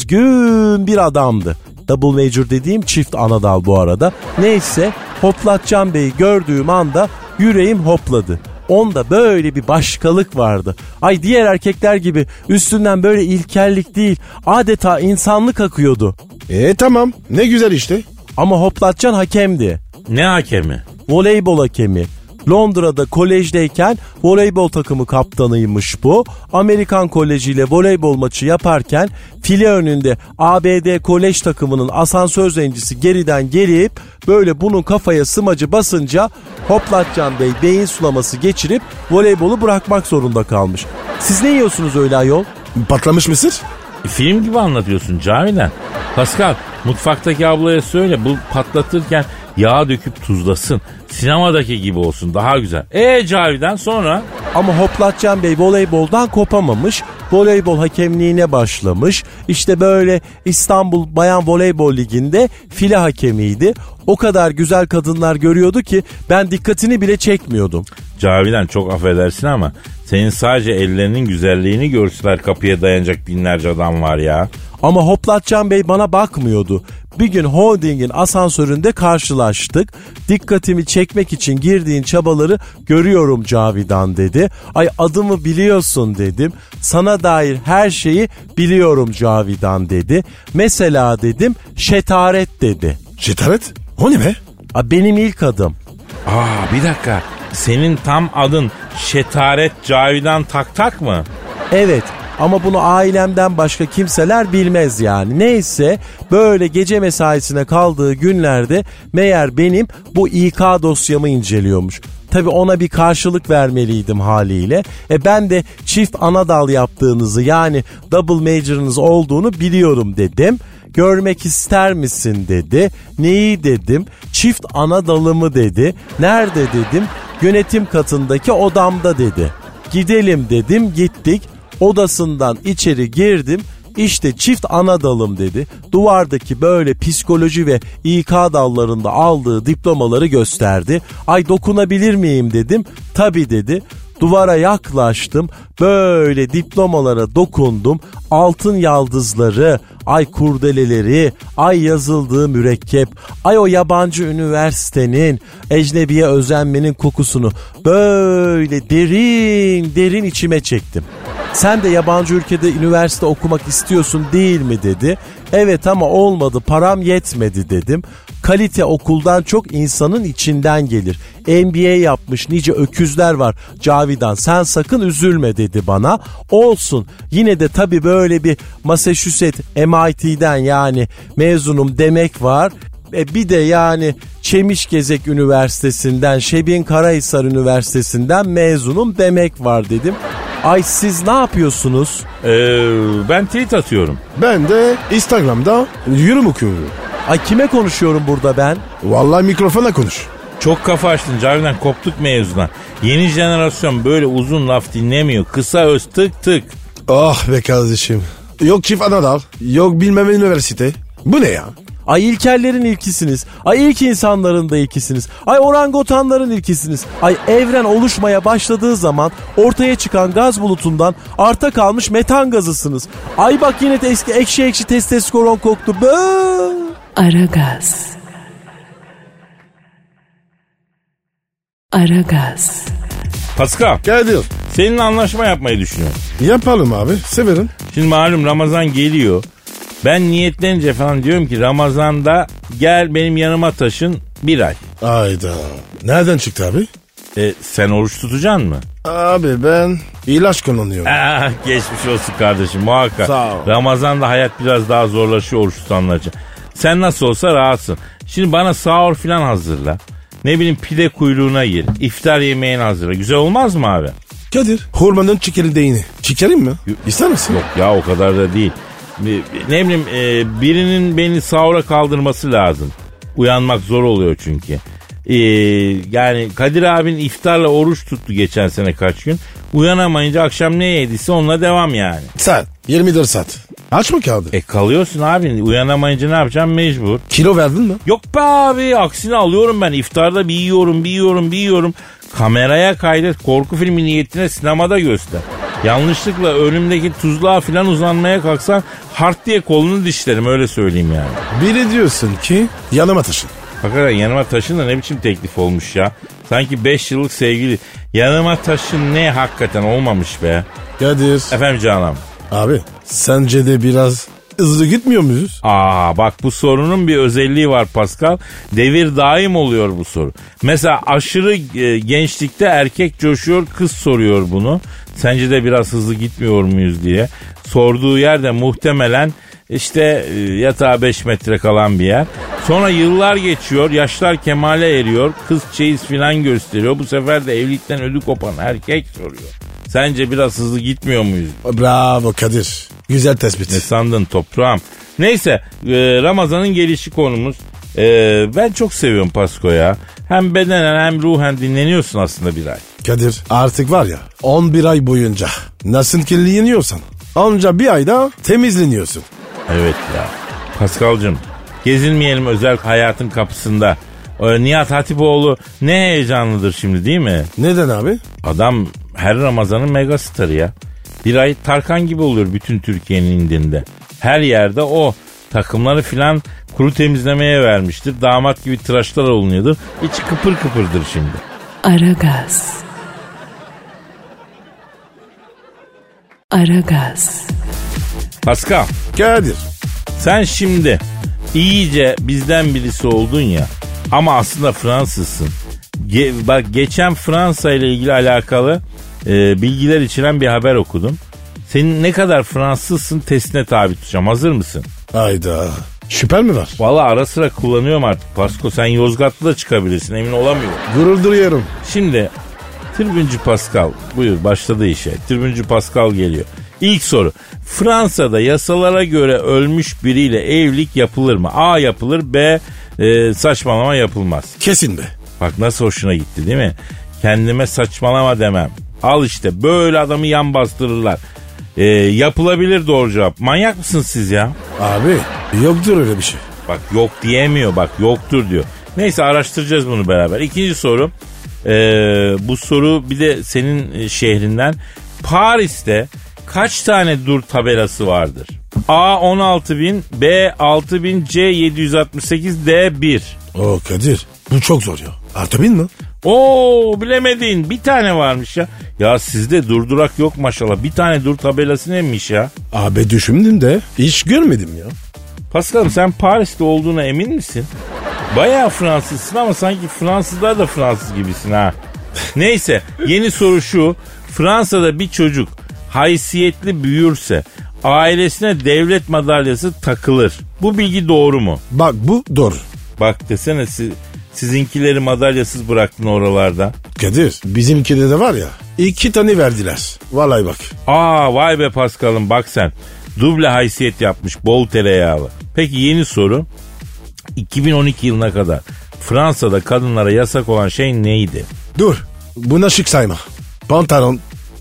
düzgün bir adamdı. Double major dediğim çift anadal bu arada. Neyse, Hoplatcan Bey'i gördüğüm anda yüreğim hopladı. Onda böyle bir başkalık vardı. Ay diğer erkekler gibi üstünden böyle ilkellik değil, adeta insanlık akıyordu. E tamam, ne güzel işte. Ama Hoplatcan hakemdi. Ne hakemi? Voleybol hakemi. Londra'da kolejdeyken voleybol takımı kaptanıymış bu. Amerikan kolejiyle voleybol maçı yaparken file önünde A B D kolej takımının asansör zencisi geriden gelip böyle bunun kafaya smacı basınca Hoplatcan Bey beyin sulaması geçirip voleybolu bırakmak zorunda kalmış. Siz ne yiyorsunuz öyle ayol? Patlamış mısır? E, film gibi anlatıyorsun Cavidan. Pascal, mutfaktaki ablaya söyle bu patlatırken yağ döküp tuzlasın. Sinemadaki gibi olsun, daha güzel. Eee Cavidan sonra? Ama Hoplatcan Bey voleyboldan kopamamış. Voleybol hakemliğine başlamış. İşte böyle İstanbul Bayan Voleybol Ligi'nde file hakemiydi. O kadar güzel kadınlar görüyordu ki ben dikkatini bile çekmiyordum. Cavidan çok affedersin ama senin sadece ellerinin güzelliğini görsüler kapıya dayanacak binlerce adam var ya. Ama Hoplatcan Bey bana bakmıyordu. Bir gün holdingin asansöründe karşılaştık. Dikkatimi çekmek için girdiğin çabaları görüyorum Cavidan dedi. Ay adımı biliyorsun dedim. Sana dair her şeyi biliyorum Cavidan dedi. Mesela dedim şetaret dedi. Şetaret? O ne be? A, benim ilk adım. Aa bir dakika, senin tam adın Şetaret Cavidan Tak Tak mı? Evet. Ama bunu ailemden başka kimseler bilmez yani. Neyse böyle gece mesaisine kaldığı günlerde meğer benim bu İK dosyamı inceliyormuş. Tabii ona bir karşılık vermeliydim haliyle. E ben de çift anadal yaptığınızı yani double major'ınız olduğunu biliyorum dedim. Görmek ister misin dedi. Neyi dedim. Çift anadalımı dedi. Nerede dedim. Yönetim katındaki odamda dedi. Gidelim dedim, gittik. Odasından içeri girdim. İşte çift ana dalım dedi. Duvardaki böyle psikoloji ve İK dallarında aldığı diplomaları gösterdi. Ay dokunabilir miyim dedim. Tabii dedi. Duvara yaklaştım. Böyle diplomalara dokundum. Altın yaldızları, ay kurdeleleri, ay yazıldığı mürekkep, ay o yabancı üniversitenin, ecnebiye özenmenin kokusunu böyle derin derin içime çektim. Sen de yabancı ülkede üniversite okumak istiyorsun değil mi dedi. Evet ama olmadı, param yetmedi dedim. Kalite okuldan çok insanın içinden gelir. M B A yapmış nice öküzler var Cavidan, sen sakın üzülme dedi bana. Olsun, yine de tabii böyle bir Massachusetts M I T'den yani mezunum demek var. E bir de yani Çemişgezek Üniversitesi'nden, Şebin Karahisar Üniversitesi'nden mezunum demek var dedim. Ay siz ne yapıyorsunuz? Ee, ben tweet atıyorum. Ben de Instagram'da yorum okuyorum. Ay kime konuşuyorum burada ben? Vallahi mikrofona konuş. Çok kafa açtın Cavidan, koptuk mevzudan. Yeni jenerasyon böyle uzun laf dinlemiyor. Kısa öz tık tık. Ah be kardeşim. Yok çift anadal, yok bilmem üniversite. Bu ne ya? Ay ilkellerin ilkisiniz. Ay ilk insanların da ilkisiniz. Ay orangotanların ilkisiniz. Ay evren oluşmaya başladığı zaman ortaya çıkan gaz bulutundan arta kalmış metan gazısınız. Ay bak yine de eski ekşi ekşi testosteron koktu. Bıı. Aragaz. Aragaz. Pascal, Kadir. Seninle anlaşma yapmayı düşünüyorum. Yapalım abi, severim. Şimdi malum Ramazan geliyor. Ben niyetlenince falan diyorum ki Ramazan'da gel benim yanıma taşın bir ay. Ayda. Nereden çıktı abi? E, sen oruç tutacaksın mı? Abi ben ilaç kullanıyorum. Ah, geçmiş olsun kardeşim muhakkak. Sağ ol. Ramazan'da hayat biraz daha zorlaşıyor oruç tutanlar için. Sen nasıl olsa rahatsın. Şimdi bana sahur falan hazırla. Ne bileyim pide kuyruğuna gir. İftar yemeğini hazırla. Güzel olmaz mı abi? Kadir, hurmanın çekirdeğini çıkarayım mı? İster misin? Yok ya o kadar da değil. Ne bileyim e, birinin beni sahura kaldırması lazım. Uyanmak zor oluyor çünkü. Ee, yani Kadir abin iftarla oruç tuttu geçen sene kaç gün. Uyanamayınca akşam ne yediyse onunla devam yani. Saat. yirmi dört saat. Aç mı kaldı? E kalıyorsun abi. Uyanamayınca ne yapacağım mecbur. Kilo verdin mi? Yok be abi. Aksine alıyorum ben. İftarda bir yiyorum, bir yiyorum, bir yiyorum. Kameraya kaydet. Korku filmi niyetine sinemada göster. Yanlışlıkla önümdeki tuzluğa falan uzanmaya kalksan hart diye kolunu dişlerim öyle söyleyeyim yani. Biri diyorsun ki yanıma taşın. Hakikaten yanıma taşın da ne biçim teklif olmuş ya. Sanki beş yıllık sevgili. Yanıma taşın ne hakikaten olmamış be. Kadir. Efendim canım. Abi sence de biraz hızlı gitmiyor muyuz? Aa bak bu sorunun bir özelliği var Pascal. Devir daim oluyor bu soru. Mesela aşırı e, gençlikte erkek coşuyor, kız soruyor bunu. Sence de biraz hızlı gitmiyor muyuz diye. Sorduğu yerde muhtemelen işte e, yatağa beş metre kalan bir yer. Sonra yıllar geçiyor, yaşlar kemale eriyor, kız çeyiz filan gösteriyor. Bu sefer de evlilikten ödü kopan erkek soruyor. Sence biraz hızlı gitmiyor muyuz? Bravo Kadir. Güzel tespit. Ne sandın toprağım? Neyse e, Ramazan'ın gelişi konumuz. E, ben çok seviyorum Pasko ya. Hem bedenen hem ruhen dinleniyorsun aslında bir ay. Kadir artık var ya on bir ay boyunca nasıl kirleniyorsan anca bir ayda temizleniyorsun. Evet ya. Paskal'cığım gezinmeyelim özel hayatın kapısında. E, Nihat Hatipoğlu ne heyecanlıdır şimdi değil mi? Neden abi? Adam her Ramazan'ın megastarı ya. Bir ay Tarkan gibi oluyor bütün Türkiye'nin indinde. Her yerde o. Takımları filan kuru temizlemeye vermiştir. Damat gibi tıraşlar olunuyordur. İçi kıpır kıpırdır şimdi. Aragaz. Aragaz. Pascal, Kadir. sen şimdi iyice bizden birisi oldun ya. Ama aslında Fransızsın. Ge- bak geçen Fransa ile ilgili alakalı e, bilgiler içeren bir haber okudum. Senin ne kadar Fransızsın testine tabi tutacağım. Hazır mısın? Hayda. Şüphen mi var? Valla ara sıra kullanıyorum artık Pasko. Sen Yozgatlı da çıkabilirsin emin olamıyorum. Gurur duyuyorum. Şimdi Tribüncü Pascal buyur başladı işe. Tribüncü Pascal geliyor. İlk soru. Fransa'da yasalara göre ölmüş biriyle evlilik yapılır mı? A yapılır, B e, saçmalama yapılmaz. Kesin be. Bak nasıl hoşuna gitti değil mi? Kendime saçmalama demem. Al işte böyle adamı yan bastırırlar. E, yapılabilir doğru cevap. Manyak mısınız siz ya? Abi yoktur öyle bir şey. Bak yok diyemiyor bak yoktur diyor. Neyse araştıracağız bunu beraber. İkinci soru. Ee, bu soru bir de senin şehrinden. Paris'te kaç tane dur tabelası vardır? A on altı bin, B altı bin, C yedi yüz altmış sekiz, D bir. Oo Kadir bu çok zor ya. Artı bin mi? Oo bilemedin bir tane varmış ya. Ya sizde durdurak yok maşallah. Bir tane dur tabelası neymiş ya? Abi düşündüm de hiç görmedim ya. Paskal'ım sen Paris'te olduğuna emin misin? Bayağı Fransızsın ama sanki Fransızlar da Fransız gibisin ha. Neyse yeni soru şu. Fransa'da bir çocuk haysiyetli büyürse ailesine devlet madalyası takılır. Bu bilgi doğru mu? Bak bu doğru. Bak desene siz, sizinkileri madalyasız bıraktın oralarda. Kadir bizimkide de var ya iki tane verdiler. Vallahi bak. Aa vay be Paskal'ım bak sen. Duble haysiyet yapmış bol tereyağlı. Peki yeni soru. iki bin on iki yılına kadar Fransa'da kadınlara yasak olan şey neydi? Dur buna şık sayma. Pantolon.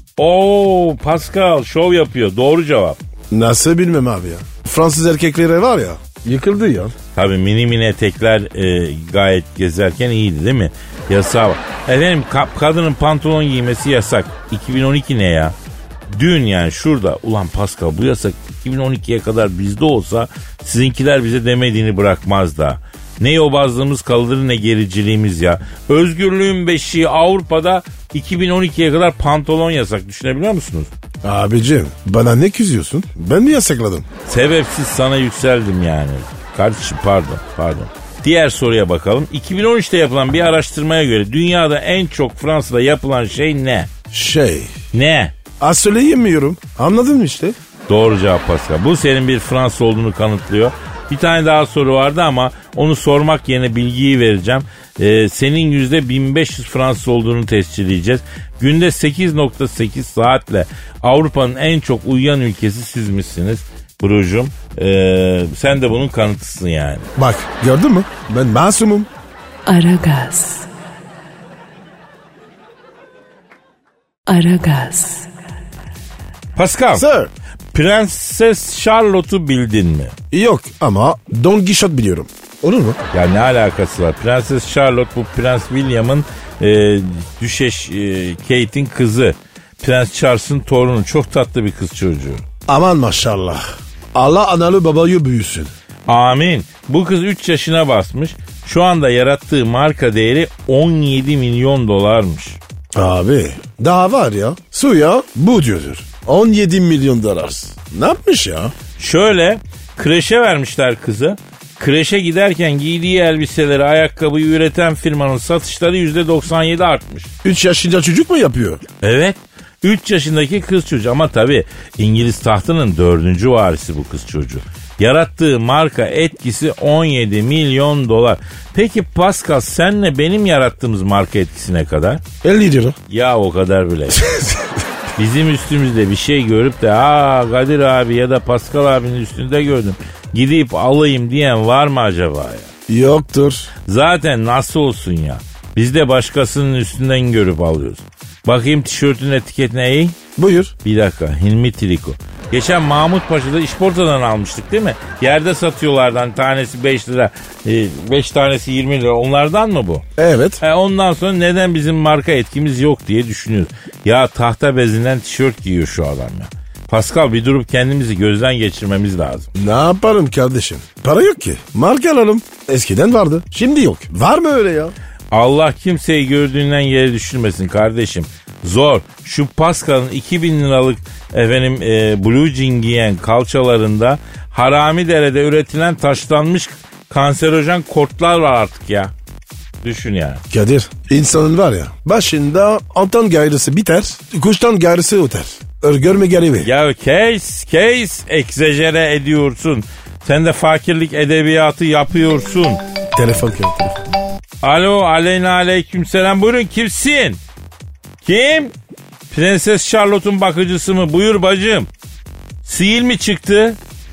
Oo Pascal şov yapıyor. Doğru cevap. Nasıl bilmem abi ya. Fransız erkekleri var ya yıkıldı ya. Tabii mini mini etekler e, gayet gezerken iyiydi değil mi? Yasağı var. Efendim ka- kadının pantolon giymesi yasak. iki bin on iki ne ya? Dün yani şurada. Ulan Pascal bu yasak iki bin on ikiye kadar bizde olsa sizinkiler bize demediğini bırakmaz da. Ne yobazlığımız kalır ne gericiliğimiz ya. Özgürlüğün beşiği Avrupa'da iki bin on ikiye kadar pantolon yasak, düşünebiliyor musunuz? Abicim bana ne kızıyorsun? Ben mi yasakladım? Sebepsiz sana yükseldim yani. Kardeşim pardon pardon. Diğer soruya bakalım. iki bin on üçte yapılan bir araştırmaya göre dünyada en çok Fransa'da yapılan şey ne? Şey. Ne? Az söyleyemiyorum. Anladın mı işte? Doğru cevap Pascal. Bu senin bir Fransız olduğunu kanıtlıyor. Bir tane daha soru vardı ama onu sormak yerine bilgiyi vereceğim. Ee, senin yüzde bin beş yüz Fransız olduğunu tescilleyeceğiz. Günde sekiz nokta sekiz saatle Avrupa'nın en çok uyuyan ülkesi sizmişsiniz Brucum. Ee, sen de bunun kanıtısın yani. Bak gördün mü? Ben masumum. Aragaz. Aragaz. Pascal, Sir. Prenses Charlotte'u bildin mi? Yok ama Don Quixote biliyorum. Olur mu? Ya ne alakası var? Prenses Charlotte bu Prens William'ın e, düşeş e, Kate'in kızı. Prens Charles'ın torunu. Çok tatlı bir kız çocuğu. Aman maşallah. Allah analı babayı büyüsün. Amin. Bu kız üç yaşına basmış. Şu anda yarattığı marka değeri on yedi milyon dolarmış. Abi daha var ya. Suya bu diyordur. on yedi milyon dolar. Ne yapmış ya? Şöyle kreşe vermişler kızı. Kreşe giderken giydiği elbiseleri, ayakkabıyı üreten firmanın satışları yüzde doksan yedi artmış. üç yaşında çocuk mu yapıyor? Evet. üç yaşındaki kız çocuğu ama tabii İngiliz tahtının dördüncü varisi bu kız çocuğu. Yarattığı marka etkisi on yedi milyon dolar. Peki Pascal senle benim yarattığımız marka etkisi ne kadar? elli lira. Ya o kadar bile. Bizim üstümüzde bir şey görüp de aa Kadir abi ya da Pascal abinin üstünde gördüm, gidip alayım diyen var mı acaba ya? Yoktur. Zaten nasıl olsun ya? Biz de başkasının üstünden görüp alıyoruz. Bakayım tişörtün etiketine iyi. Buyur. Bir dakika, Hilmi Triko. Geçen Mahmut Paşa'da işportadan almıştık değil mi? Yerde satıyorlardan, tanesi beş lira, beş tanesi yirmi lira, onlardan mı bu? Evet. E ondan sonra neden bizim marka etkimiz yok diye düşünüyoruz. Ya tahta bezinden tişört giyiyor şu adam ya. Pascal bir durup kendimizi gözden geçirmemiz lazım. Ne yaparım kardeşim? Para yok ki. Marka alalım. Eskiden vardı. Şimdi yok. Var mı öyle ya? Allah kimseyi gördüğünden yere düşürmesin kardeşim. Zor. Şu Pascal'ın iki bin liralık efendim e, blue jean giyen kalçalarında Haramidere'de üretilen taşlanmış kanserojen kortlar var artık ya. Düşün yani. Kadir, insanın var ya başında antan gayrısı biter, kuştan gayrısı öter. Görme garibi. Ya case case egzajere ediyorsun. Sen de fakirlik edebiyatı yapıyorsun. Telefon kırık telefon. Alo, aleyna aleykümselam. Buyurun, kimsin? Kim? Prenses Charlotte'un bakıcısı mı? Buyur bacım. Sihir mi çıktı?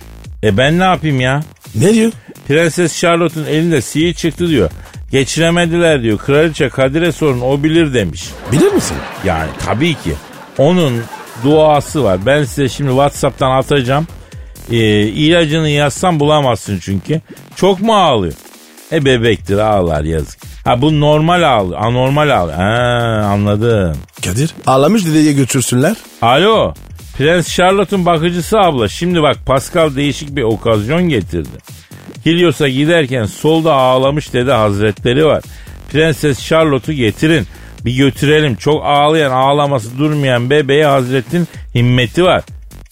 E ben ne yapayım ya? Ne diyor? Prenses Charlotte'un elinde sihir çıktı diyor. Geçiremediler diyor. Kraliçe Kadir'e sorun, o bilir demiş. Bilir misin? Yani tabii ki. Onun duası var. Ben size şimdi WhatsApp'tan atacağım. Ee, ilacını yazsam bulamazsın çünkü. Çok mu ağlıyor? E bebektir, ağlar yazık. Ha bu normal ağlıyor. Anormal ağlıyor. Ha anladım. Kadir, ağlamış dedeye götürsünler. Alo. Prens Charlotte'un bakıcısı abla. Şimdi bak Pascal değişik bir okazyon getirdi. Helios'a giderken solda ağlamış dede hazretleri var. Prenses Charlotte'u getirin. Bir götürelim. Çok ağlayan, ağlaması durmayan bebeğe hazretin himmeti var.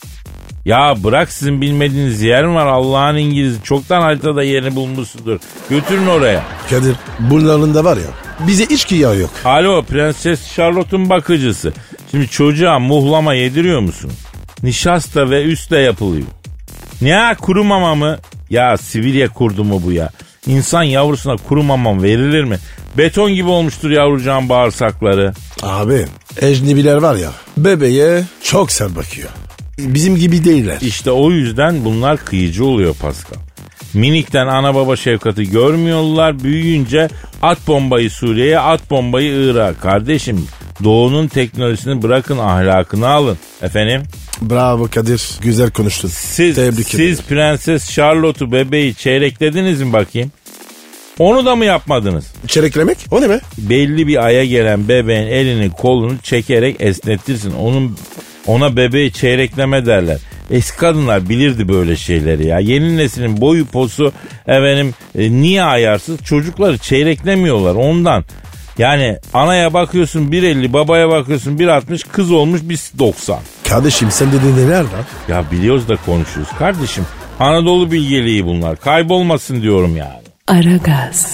Ya bırak, sizin bilmediğiniz yer mi var? Allah'ın İngiliz'i çoktan haritada yerini bulmuşsundur. Götürün oraya. Kadir, bunlarında var ya bize içki yağı yok. Alo, Prenses Charlotte'un bakıcısı. Şimdi çocuğa muhlama yediriyor musun? Nişasta ve üstle yapılıyor. Ne kuru mama mı? Ya Sibirya kurdu mu bu ya? İnsan yavrusuna kuru mama verilir mi? Beton gibi olmuştur yavrucağın bağırsakları. Abi, ecnebiler var ya bebeğe çok sert bakıyor. Bizim gibi değiller. İşte o yüzden bunlar kıyıcı oluyor Pascal. Minikten ana baba şefkati görmüyorlar. Büyüyünce at bombayı Suriye'ye, at bombayı Irak'a. Kardeşim, doğunun teknolojisini bırakın, ahlakını alın. Efendim? Bravo Kadir, güzel konuştun. Siz, Tebrik siz ederim. Prenses Charlotte'u bebeği çeyreklediniz mi bakayım? Onu da mı yapmadınız? Çereklemek o ne be? Belli bir aya gelen bebeğin elini kolunu çekerek esnetirsin. Onun ona bebeği çeyrekleme derler. Eski kadınlar bilirdi böyle şeyleri ya. Yeni neslin boyu posu efendim e, niye ayarsız? Çocukları çeyreklemiyorlar ondan. Yani anaya bakıyorsun bir elli, babaya bakıyorsun bir altmış, kız olmuş bir doksan. Kardeşim sen de neler var? Ya biliyoruz da konuşuyoruz kardeşim. Anadolu bilgeliği bunlar. Kaybolmasın diyorum yani. Aragaz.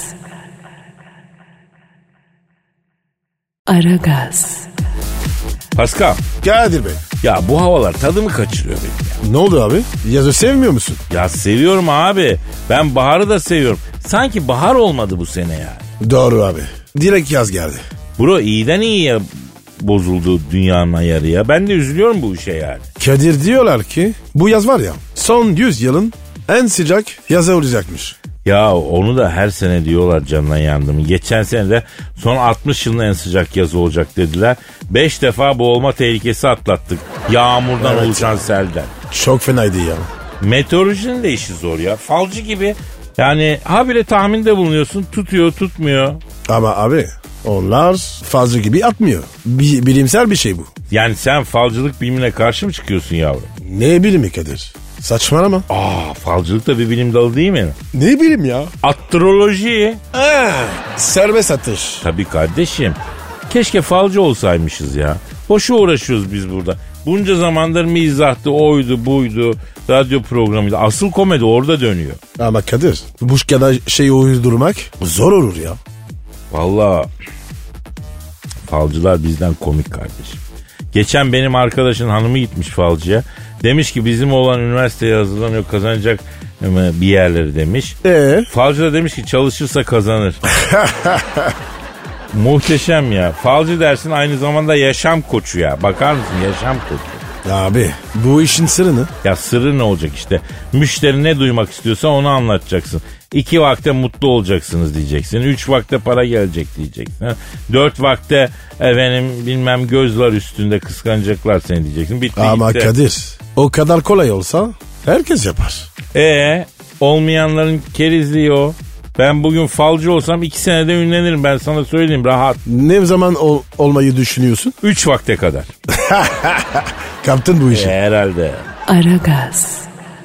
Aragaz. Pascal. Kadir Bey. Ya bu havalar tadımı kaçırıyor benim ya. Ne oldu abi? Yazı sevmiyor musun? Ya seviyorum abi. Ben baharı da seviyorum. Sanki bahar olmadı bu sene yani. Doğru abi. Direkt yaz geldi. Bro iyiden iyiye bozuldu dünyanın ayarı ya. Ben de üzülüyorum bu işe yani. Kadir diyorlar ki bu yaz var ya son yüz yılın en sıcak yazı olacakmış. Ya onu da her sene diyorlar canına yandım. Geçen sene de son altmış yılın en sıcak yazı olacak dediler. beş defa boğulma tehlikesi atlattık. Yağmurdan Evet oluşan ya. selden. Çok fenaydı ya. Meteorolojinin de işi zor ya. Falcı gibi. Yani habire tahminde bulunuyorsun. Tutuyor tutmuyor. Ama abi onlar fazla gibi atmıyor. Bi- bilimsel bir şey bu. Yani sen falcılık bilimine karşı mı çıkıyorsun yavrum? Ne bilimi Kadir? Saçmalama. Aa falcılık da bir bilim dalı değil mi? Ne bilim ya? Astroloji. Aa, serbest atış. Tabii kardeşim. Keşke falcı olsaymışız ya. Boşu uğraşıyoruz biz burada. Bunca zamandır mizahtı, oydu, buydu, radyo programıydı. Asıl komedi orada dönüyor. Ama Kadir bu kadar şeyi uydurmak zor olur ya. Vallahi falcılar bizden komik kardeşim. Geçen benim arkadaşın hanımı gitmiş falcıya. Demiş ki bizim oğlan üniversiteye hazırlanıyor, kazanacak bir yerleri demiş. Ee? Falcı da demiş ki çalışırsa kazanır. Muhteşem ya. Falcı dersin aynı zamanda yaşam koçu ya. Bakar mısın yaşam koçu. Abi bu işin sırrı ne? Ya sırrı ne olacak işte. Müşteri ne duymak istiyorsa onu anlatacaksın. İki vakte mutlu olacaksınız diyeceksin. Üç vakte para gelecek diyeceksin. Dört vakte efendim bilmem göz var üstünde kıskanacaklar seni diyeceksin. Bitti Ama gitti. Kadir o kadar kolay olsa herkes yapar. Ee, olmayanların kerizliği o. Ben bugün falcı olsam iki senede ünlenirim, ben sana söyleyeyim rahat. Ne zaman ol- olmayı düşünüyorsun? Üç vakte kadar. Kaptın bu işi. E, herhalde. Aragaz.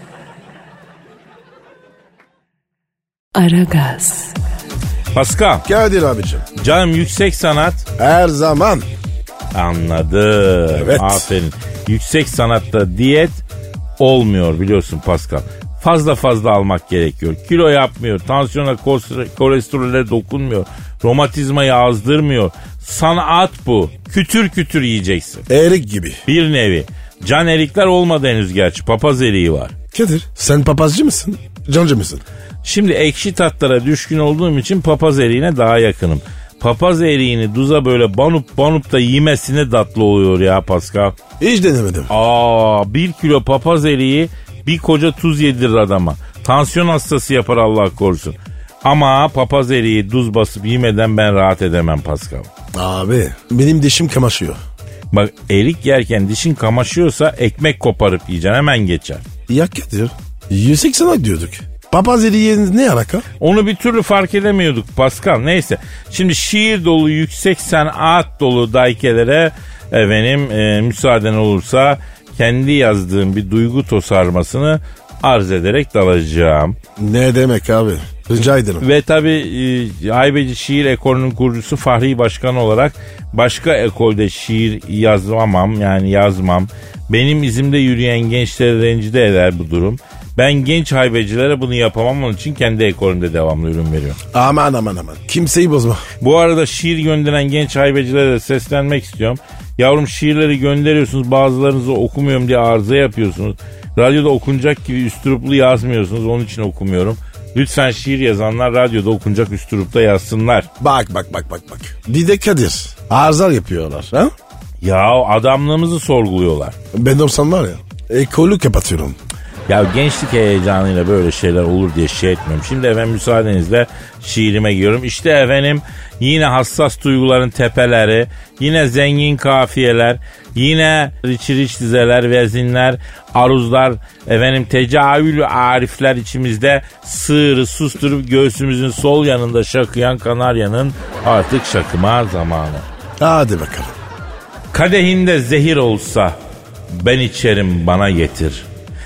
Aragaz. Pascal. Kadir abicim. Canım yüksek sanat. Her zaman. Anladım. Evet. Aferin. Yüksek sanatta diyet olmuyor biliyorsun Pascal. Fazla fazla almak gerekiyor. Kilo yapmıyor. Tansiyona, kolesterole dokunmuyor. Romatizmayı azdırmıyor. Sanat bu. Kütür kütür yiyeceksin. Erik gibi. Bir nevi. Can erikler olmadı henüz gerçi. Papaz eriği var. Kadir sen papazcı mısın? Cancı mısın? Şimdi ekşi tatlara düşkün olduğum için papaz eriğine daha yakınım. Papaz eriğini duza böyle banup banup da yemesine tatlı oluyor ya Pascal. Hiç denemedim. Aa, bir kilo papaz eriği bir koca tuz yedirir adama. Tansiyon hastası yapar Allah korusun. Ama papaz eriği tuz basıp yemeden ben rahat edemem Pascal. Abi benim dişim kamaşıyor. Bak erik yerken dişin kamaşıyorsa ekmek koparıp yiyeceksin, hemen geçer. Ya Kadir yüz seksen diyorduk. Papaz eriği ne alaka? Onu bir türlü fark edemiyorduk Pascal. Neyse. Şimdi şiir dolu, yüksek sanat dolu daykelere efendim e, müsaaden olursa kendi yazdığım bir duygu tosarmasını arz ederek dalacağım. Ne demek abi? Rica ederim. Ve tabii e, Haybeci Şiir Ekolü'nün kurucusu Fahri Başkan olarak başka ekolde şiir yazmam, yani yazmam. Benim izimde yürüyen gençleri rencide eder bu durum. Ben genç haybecilere bunu yapamam, onun için kendi ekolümde devamlı ürün veriyorum. Aman aman aman. Kimseyi bozma. Bu arada şiir gönderen genç haybecilere de seslenmek istiyorum. Yavrum şiirleri gönderiyorsunuz, bazılarınızı okumuyorum diye arıza yapıyorsunuz. Radyoda okunacak gibi üstüruplu yazmıyorsunuz, onun için okumuyorum. Lütfen şiir yazanlar radyoda okunacak üstürupta yazsınlar. Bak bak bak bak bak. Bir de Kadir. Arızalar yapıyorlar. Ha? Ya adamlığımızı sorguluyorlar. Ben olsam var ya ekolü kapatıyorum. Ya gençlik heyecanıyla böyle şeyler olur diye şey etmiyorum. Şimdi efendim müsaadenizle şiirime giriyorum. İşte efendim yine hassas duyguların tepeleri, yine zengin kafiyeler, yine riç riç dizeler, vezinler, aruzlar, efendim tecavülü arifler içimizde sığırı susturup göğsümüzün sol yanında şakıyan kanaryanın artık şakıma zamanı. Hadi bakalım. Kadehinde zehir olsa ben içerim, bana getir.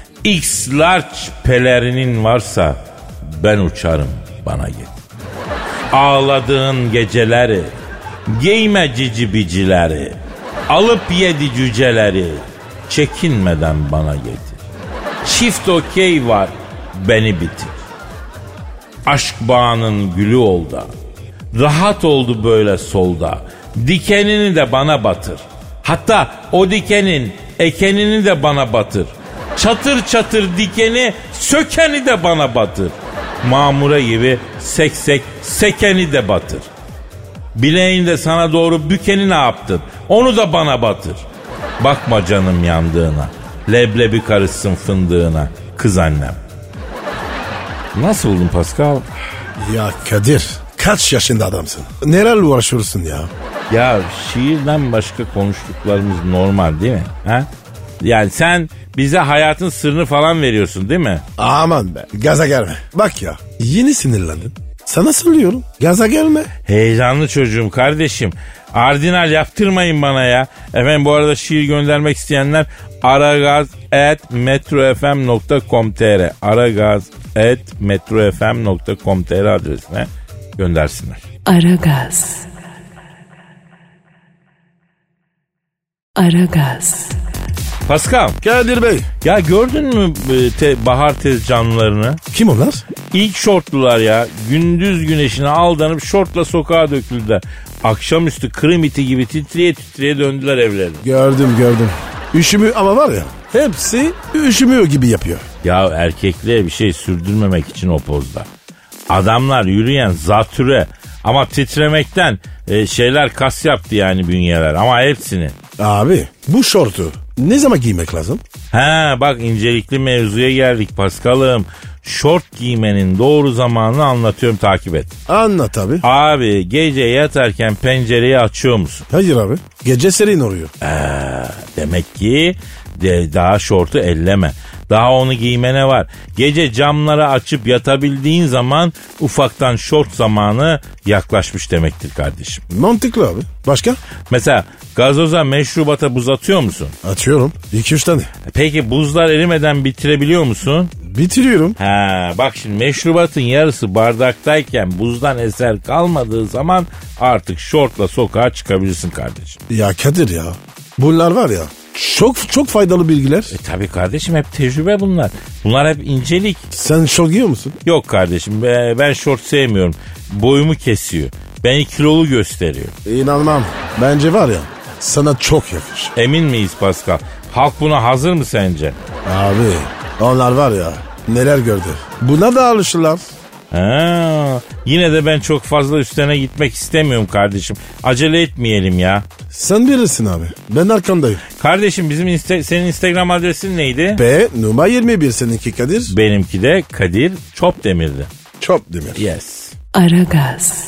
X large pelerinin varsa ben uçarım, bana getir. Ağladığın geceleri Giyme cici bicileri, alıp yedi cüceleri, çekinmeden bana getir. Çift okey var, beni bitir. Aşk bağının gülü oldu. Rahat oldu böyle solda. Dikenini de bana batır. Hatta o dikenin ekenini de bana batır. Çatır çatır dikeni sökeni de bana batır. Mamure gibi seksek sekeni de batır. Bileğini de sana doğru bükeni ne yaptın? Onu da bana batır. Bakma canım yandığına. Leblebi karışsın fındığına. Kız annem. Nasıl buldun Pascal? Ya Kadir, kaç yaşında adamsın? Nelerle uğraşıyorsun ya? Ya şiirden başka konuştuklarımız normal değil mi? Ha? Yani sen bize hayatın sırrını falan veriyorsun değil mi? Aman be, gaza gelme. Bak ya, yeni sinirlendin. Sana söylüyorum, gaza gelme. Heyecanlı çocuğum kardeşim. Ardinal yaptırmayın bana ya. Efendim bu arada şiir göndermek isteyenler aragaz at metrofm nokta com nokta tr aragaz at metrofm nokta com nokta tr adresine göndersinler. Aragaz. Aragaz. Pascal. Kadir Bey. Ya gördün mü te, bahar tez canlılarını? Kim onlar? İlk şortlular ya. Gündüz güneşine aldanıp şortla sokağa döküldüler. Akşamüstü kırım iti gibi titreye titreye döndüler evlerine. Gördüm gördüm. Üşümüyor ama var ya, hepsi üşümüyor gibi yapıyor. Ya erkekliğe bir şey sürdürmemek için o pozda. Adamlar yürüyen zatüre ama titremekten e, şeyler kas yaptı yani bünyeler ama hepsini. Abi bu şortu ne zaman giymek lazım? Ha bak incelikli mevzuya geldik Paskal'ım. Şort giymenin doğru zamanını anlatıyorum, takip et. Anlat abi. Abi gece yatarken pencereyi açıyor musun? Hayır abi, gece serin oluyor. Ee, demek ki de, daha şortu elleme. Daha onu giymene var. Gece camları açıp yatabildiğin zaman ufaktan şort zamanı yaklaşmış demektir kardeşim. Mantıklı abi. Başka? Mesela gazoza, meşrubata buz atıyor musun? Atıyorum. iki üç tane. Peki buzlar erimeden bitirebiliyor musun? Bitiriyorum. Ha, bak şimdi meşrubatın yarısı bardaktayken buzdan eser kalmadığı zaman artık şortla sokağa çıkabilirsin kardeşim. Ya Kadir ya, bunlar var ya çok çok faydalı bilgiler. E tabi kardeşim, hep tecrübe bunlar. Bunlar hep incelik. Sen şort giyiyor musun? Yok kardeşim, ben şort sevmiyorum. Boyumu kesiyor. Beni kilolu gösteriyor. İnanmam. Bence var ya sana çok yakışır. Emin miyiz Pascal? Halk buna hazır mı sence? Abi onlar var ya neler gördü. Buna da alışırlar. Ha, yine de ben çok fazla üstüne gitmek istemiyorum kardeşim. Acele etmeyelim ya. Sen bilirsin abi. Ben arkandayım. Kardeşim bizim insta- senin Instagram adresin neydi? B numara yirmi bir seninki Kadir. Benimki de Kadir Çopdemir'di. Çopdemir. Yes. Aragaz.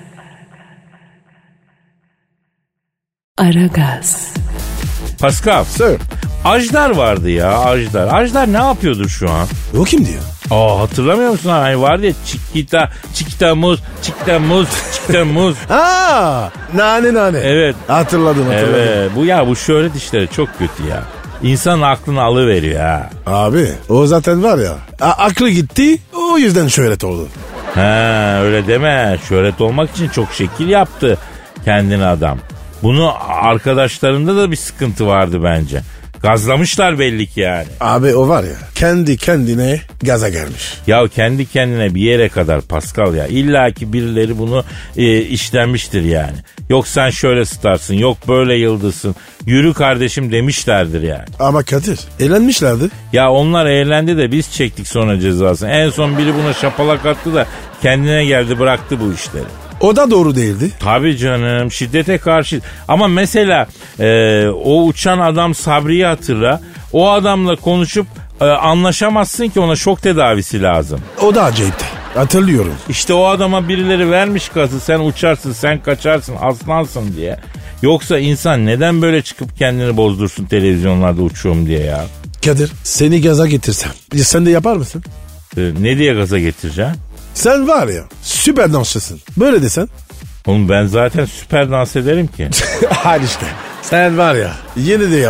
Aragaz. Pascal. Sir. Ajdar vardı ya, Ajdar. Ajdar ne yapıyordur şu an? O kim diyor? Aa, hatırlamıyor musun? Hani vardı ya Chiquita, Chiquita muz, Chiquita muz, Chiquita muz. Aa, nane nane. Evet. Hatırladım hatırladım. Evet. Bu ya bu şöhret işleri çok kötü ya. İnsanın aklını alıveriyor ha. Abi o zaten var ya a- aklı gitti, o yüzden şöhret oldu. Ha, öyle deme. Şöhret olmak için çok şekil yaptı kendini adam. Bunu arkadaşlarında da bir sıkıntı vardı bence. Gazlamışlar belli ki yani. Abi o var ya kendi kendine gaza gelmiş. Ya kendi kendine bir yere kadar Pascal ya. İlla ki birileri bunu e, işlenmiştir yani. Yok sen şöyle starsın, yok böyle yıldızsın. Yürü kardeşim demişlerdir yani. Ama Kadir eğlenmişlerdi. Ya onlar eğlendi de biz çektik sonra cezasını. En son biri buna şapalak attı da kendine geldi, bıraktı bu işleri. O da doğru değildi. Tabii canım, şiddete karşı. Ama mesela e, o uçan adam Sabri'yi hatırla. O adamla konuşup e, anlaşamazsın ki, ona şok tedavisi lazım. O da acayipti. Hatırlıyorum. İşte o adama birileri vermiş gazı, sen uçarsın, sen kaçarsın, aslansın diye. Yoksa insan neden böyle çıkıp kendini bozdursun televizyonlarda uçuyorum diye ya? Kadir seni gaza getirsem ya sen de yapar mısın? E, ne diye gaza getireceğim? Sen var ya süper dansçısın. Böyle desen. Oğlum ben zaten süper dans ederim ki. Hadi işte. Sen var ya yine de yapma.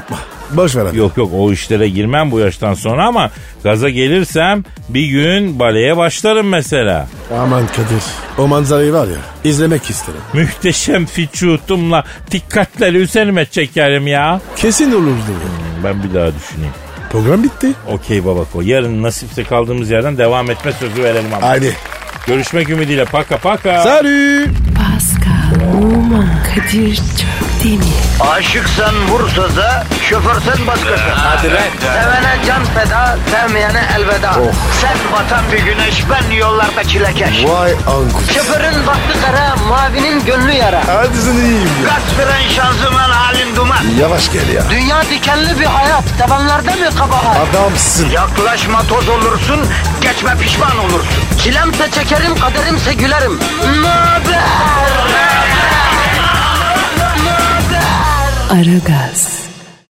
Boş ver abi. Yok yok o işlere girmem bu yaştan sonra ama gaza gelirsem bir gün baleye başlarım mesela. Aman Kadir. O manzarayı var ya izlemek isterim. Muhteşem vücudumla dikkatleri üzerime çekerim ya. Kesin olurdu ya. Ben bir daha düşüneyim. Program bitti. Okey babako. Yarın nasipse kaldığımız yerden devam etme sözü verelim ama. Haydi. Görüşmek ümidiyle. Paka paka. Salut. Pascal, Oman, Kadir çok değil mi? Aşıksan vursa da, şoförsen başkasın. Hadi lan. Sevene can feda, sevmeyene elveda. Sen batan bir güneş, ben yollarda çilekeş. Vay anku. Şoförün baktı kara, mavinin gönlü yara. Hadi sen iyiyim ya. Kasperen şanzıman halin duman. Yavaş gel ya. Dünya dikenli bir hayat, sevenlerde mi kabahar? Adamsın. Yaklaşma toz olursun, geçme pişman olursun. Çilemse çekerim, kaderimse gülerim. Möber! Aragaz.